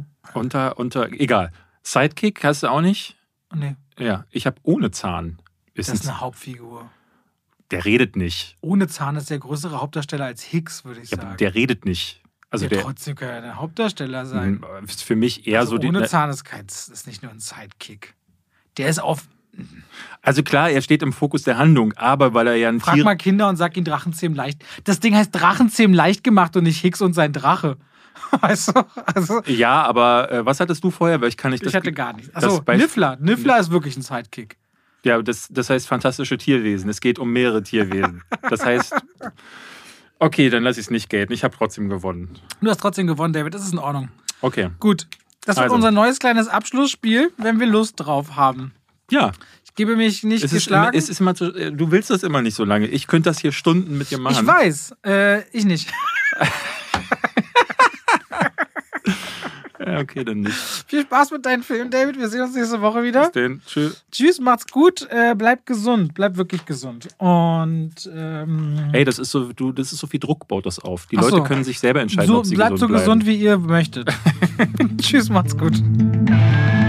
Egal. Sidekick hast du auch nicht? nee. Ja, ich habe ohne Zahn. Das ist eine Hauptfigur. Der redet nicht. Ohne Zahn ist der größere Hauptdarsteller als Hicks, würde ich Ja, sagen. der redet nicht. Also der trotzdem kann er der Hauptdarsteller sein. ist für mich eher Also so ohne Zahn ist nicht nur ein Sidekick. Der ist auf. Also klar, er steht im Fokus der Handlung, aber weil er ja ein Frag mal Kinder und sag ihnen Drachenzähmen leicht. Das Ding heißt Drachenzähmen leicht gemacht und nicht Hicks und sein Drache. Weißt du? Also, Ja, aber was hattest du vorher? Weil ich hatte gar nichts. Achso, Niffler. Niffler ist wirklich ein Sidekick. Ja, das heißt fantastische Tierwesen. Es geht um mehrere Tierwesen. Das heißt, okay, dann lasse ich es nicht gelten. Ich habe trotzdem gewonnen. Du hast trotzdem gewonnen, David. Das ist in Ordnung. Okay. Gut. Das wird Also. unser neues kleines Abschlussspiel, wenn wir Lust drauf haben. Ja. Ich gebe mich nicht geschlagen. Es ist immer du willst das immer nicht so lange. Ich könnte das hier Stunden mit dir machen. Ich weiß, ich nicht. Ja, okay, dann nicht. Viel Spaß mit deinen Filmen, David. Wir sehen uns nächste Woche wieder. Bis denn. Tschüss. Tschüss, macht's gut. Bleibt gesund. Bleibt wirklich gesund. Und hey, das ist so viel Druck, baut das auf. Die Leute können sich selber entscheiden, ob sie bleibt gesund bleiben. Bleibt so gesund, wie ihr möchtet. Tschüss, macht's gut.